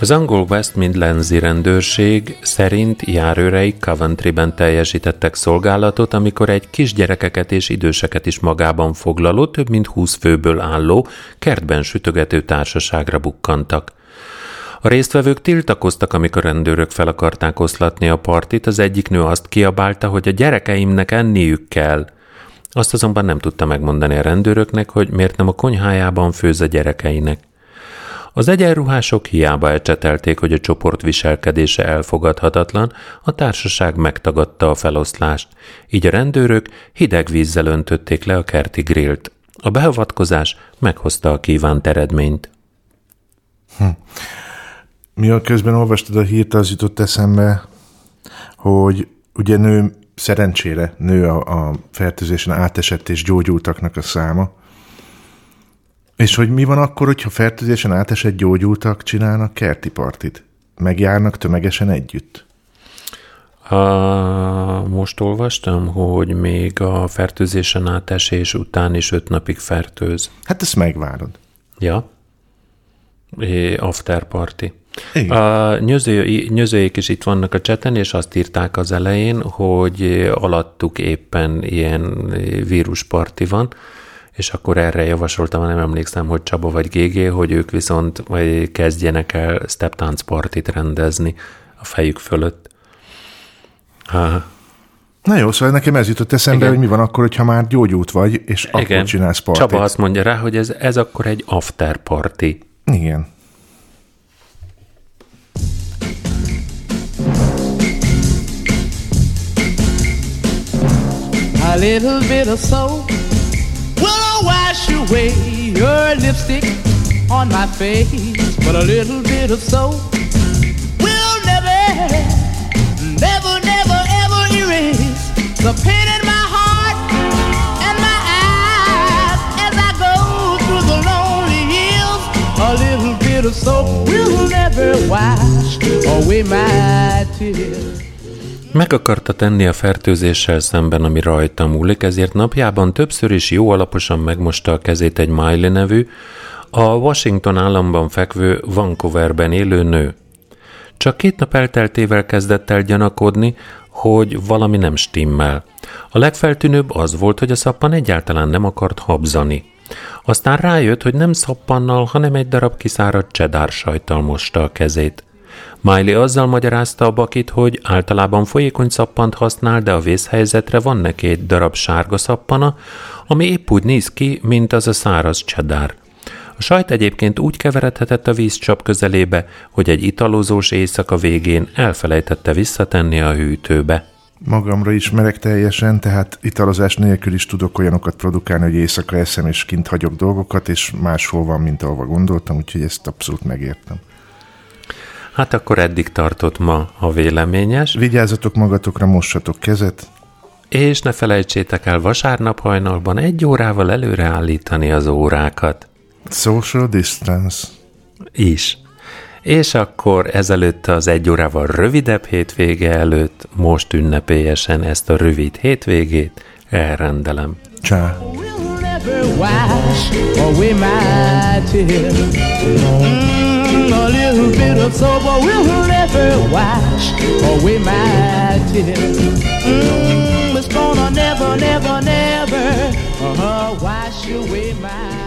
Az angol West Midlandsi rendőrség szerint járőrei Coventryben teljesítettek szolgálatot, amikor egy kisgyerekeket és időseket is magában foglaló, több mint húsz főből álló, kertben sütögető társaságra bukkantak. A résztvevők tiltakoztak, amikor rendőrök fel akarták oszlatni a partit, az egyik nő azt kiabálta, hogy a gyerekeimnek enniük kell. Azt azonban nem tudta megmondani a rendőröknek, hogy miért nem a konyhájában főz a gyerekeinek. Az egyenruhások hiába ecsetelték, hogy a csoport viselkedése elfogadhatatlan, a társaság megtagadta a feloszlást, így a rendőrök hideg vízzel öntötték le a kerti grillt. A beavatkozás meghozta a kívánt eredményt. Hm. Mi közben olvastad a hírt, az jutott eszembe, hogy ugye nő, szerencsére nő a, a fertőzésen átesett és gyógyultaknak a száma, és hogy mi van akkor, hogyha fertőzésen átesett gyógyultak csinálnak kerti partit? Megjárnak tömegesen együtt? A, most olvastam, hogy még a fertőzésen átesés után is öt napig fertőz. Hát ezt megvárod. Ja. É, after party. Igen. A nyöző, nyözőjék is itt vannak a cseten, és azt írták az elején, hogy alattuk éppen ilyen vírusparti van, és akkor erre javasoltam, nem emlékszem, hogy Csaba vagy gé gé, hogy ők viszont vagy kezdjenek el steptánc partit rendezni a fejük fölött. Ha. Na jó, szóval nekem ez jutott eszembe, Igen. hogy mi van akkor, hogyha már gyógyult vagy, és Igen. akkor csinálsz partit. Csaba azt mondja rá, hogy ez, ez akkor egy after party. Igen. A little bit of soap will wash away your lipstick on my face, but a little bit of soap will never, never, never, ever erase the pain in my heart and my eyes as I go through the lonely hills. A little bit of soap will never wash away my tears. Meg akarta tenni a fertőzéssel szemben, ami rajta múlik, ezért napjában többször is jó alaposan megmosta a kezét egy Miley nevű, a Washington államban fekvő Vancouverben élő nő. Csak két nap elteltével kezdett el gyanakodni, hogy valami nem stimmel. A legfeltűnőbb az volt, hogy a szappan egyáltalán nem akart habzani. Aztán rájött, hogy nem szappannal, hanem egy darab kiszáradt cheddar sajttal mosta a kezét. Miley azzal magyarázta a bakit, hogy általában folyékony szappant használ, de a vészhelyzetre van neki egy darab sárga szappana, ami épp úgy néz ki, mint az a száraz cheddar. A sajt egyébként úgy keveredhetett a vízcsap közelébe, hogy egy italozós éjszaka végén elfelejtette visszatenni a hűtőbe. Magamra ismerek teljesen, tehát italozás nélkül is tudok olyanokat produkálni, hogy éjszaka eszem és kint hagyok dolgokat, és máshol van, mint ahova gondoltam, úgyhogy ezt abszolút megértem. Hát akkor eddig tartott ma a véleményes. Vigyázzatok magatokra, mossatok kezet. És ne felejtsétek el vasárnap hajnalban egy órával előre állítani az órákat. Social distance. Is. És akkor ezelőtt az egy órával rövidebb hétvége előtt, most ünnepélyesen ezt a rövid hétvégét elrendelem. Csá. A little bit of soap will never wash away my tears. Mm, it's gonna never, never, never uh, wash away my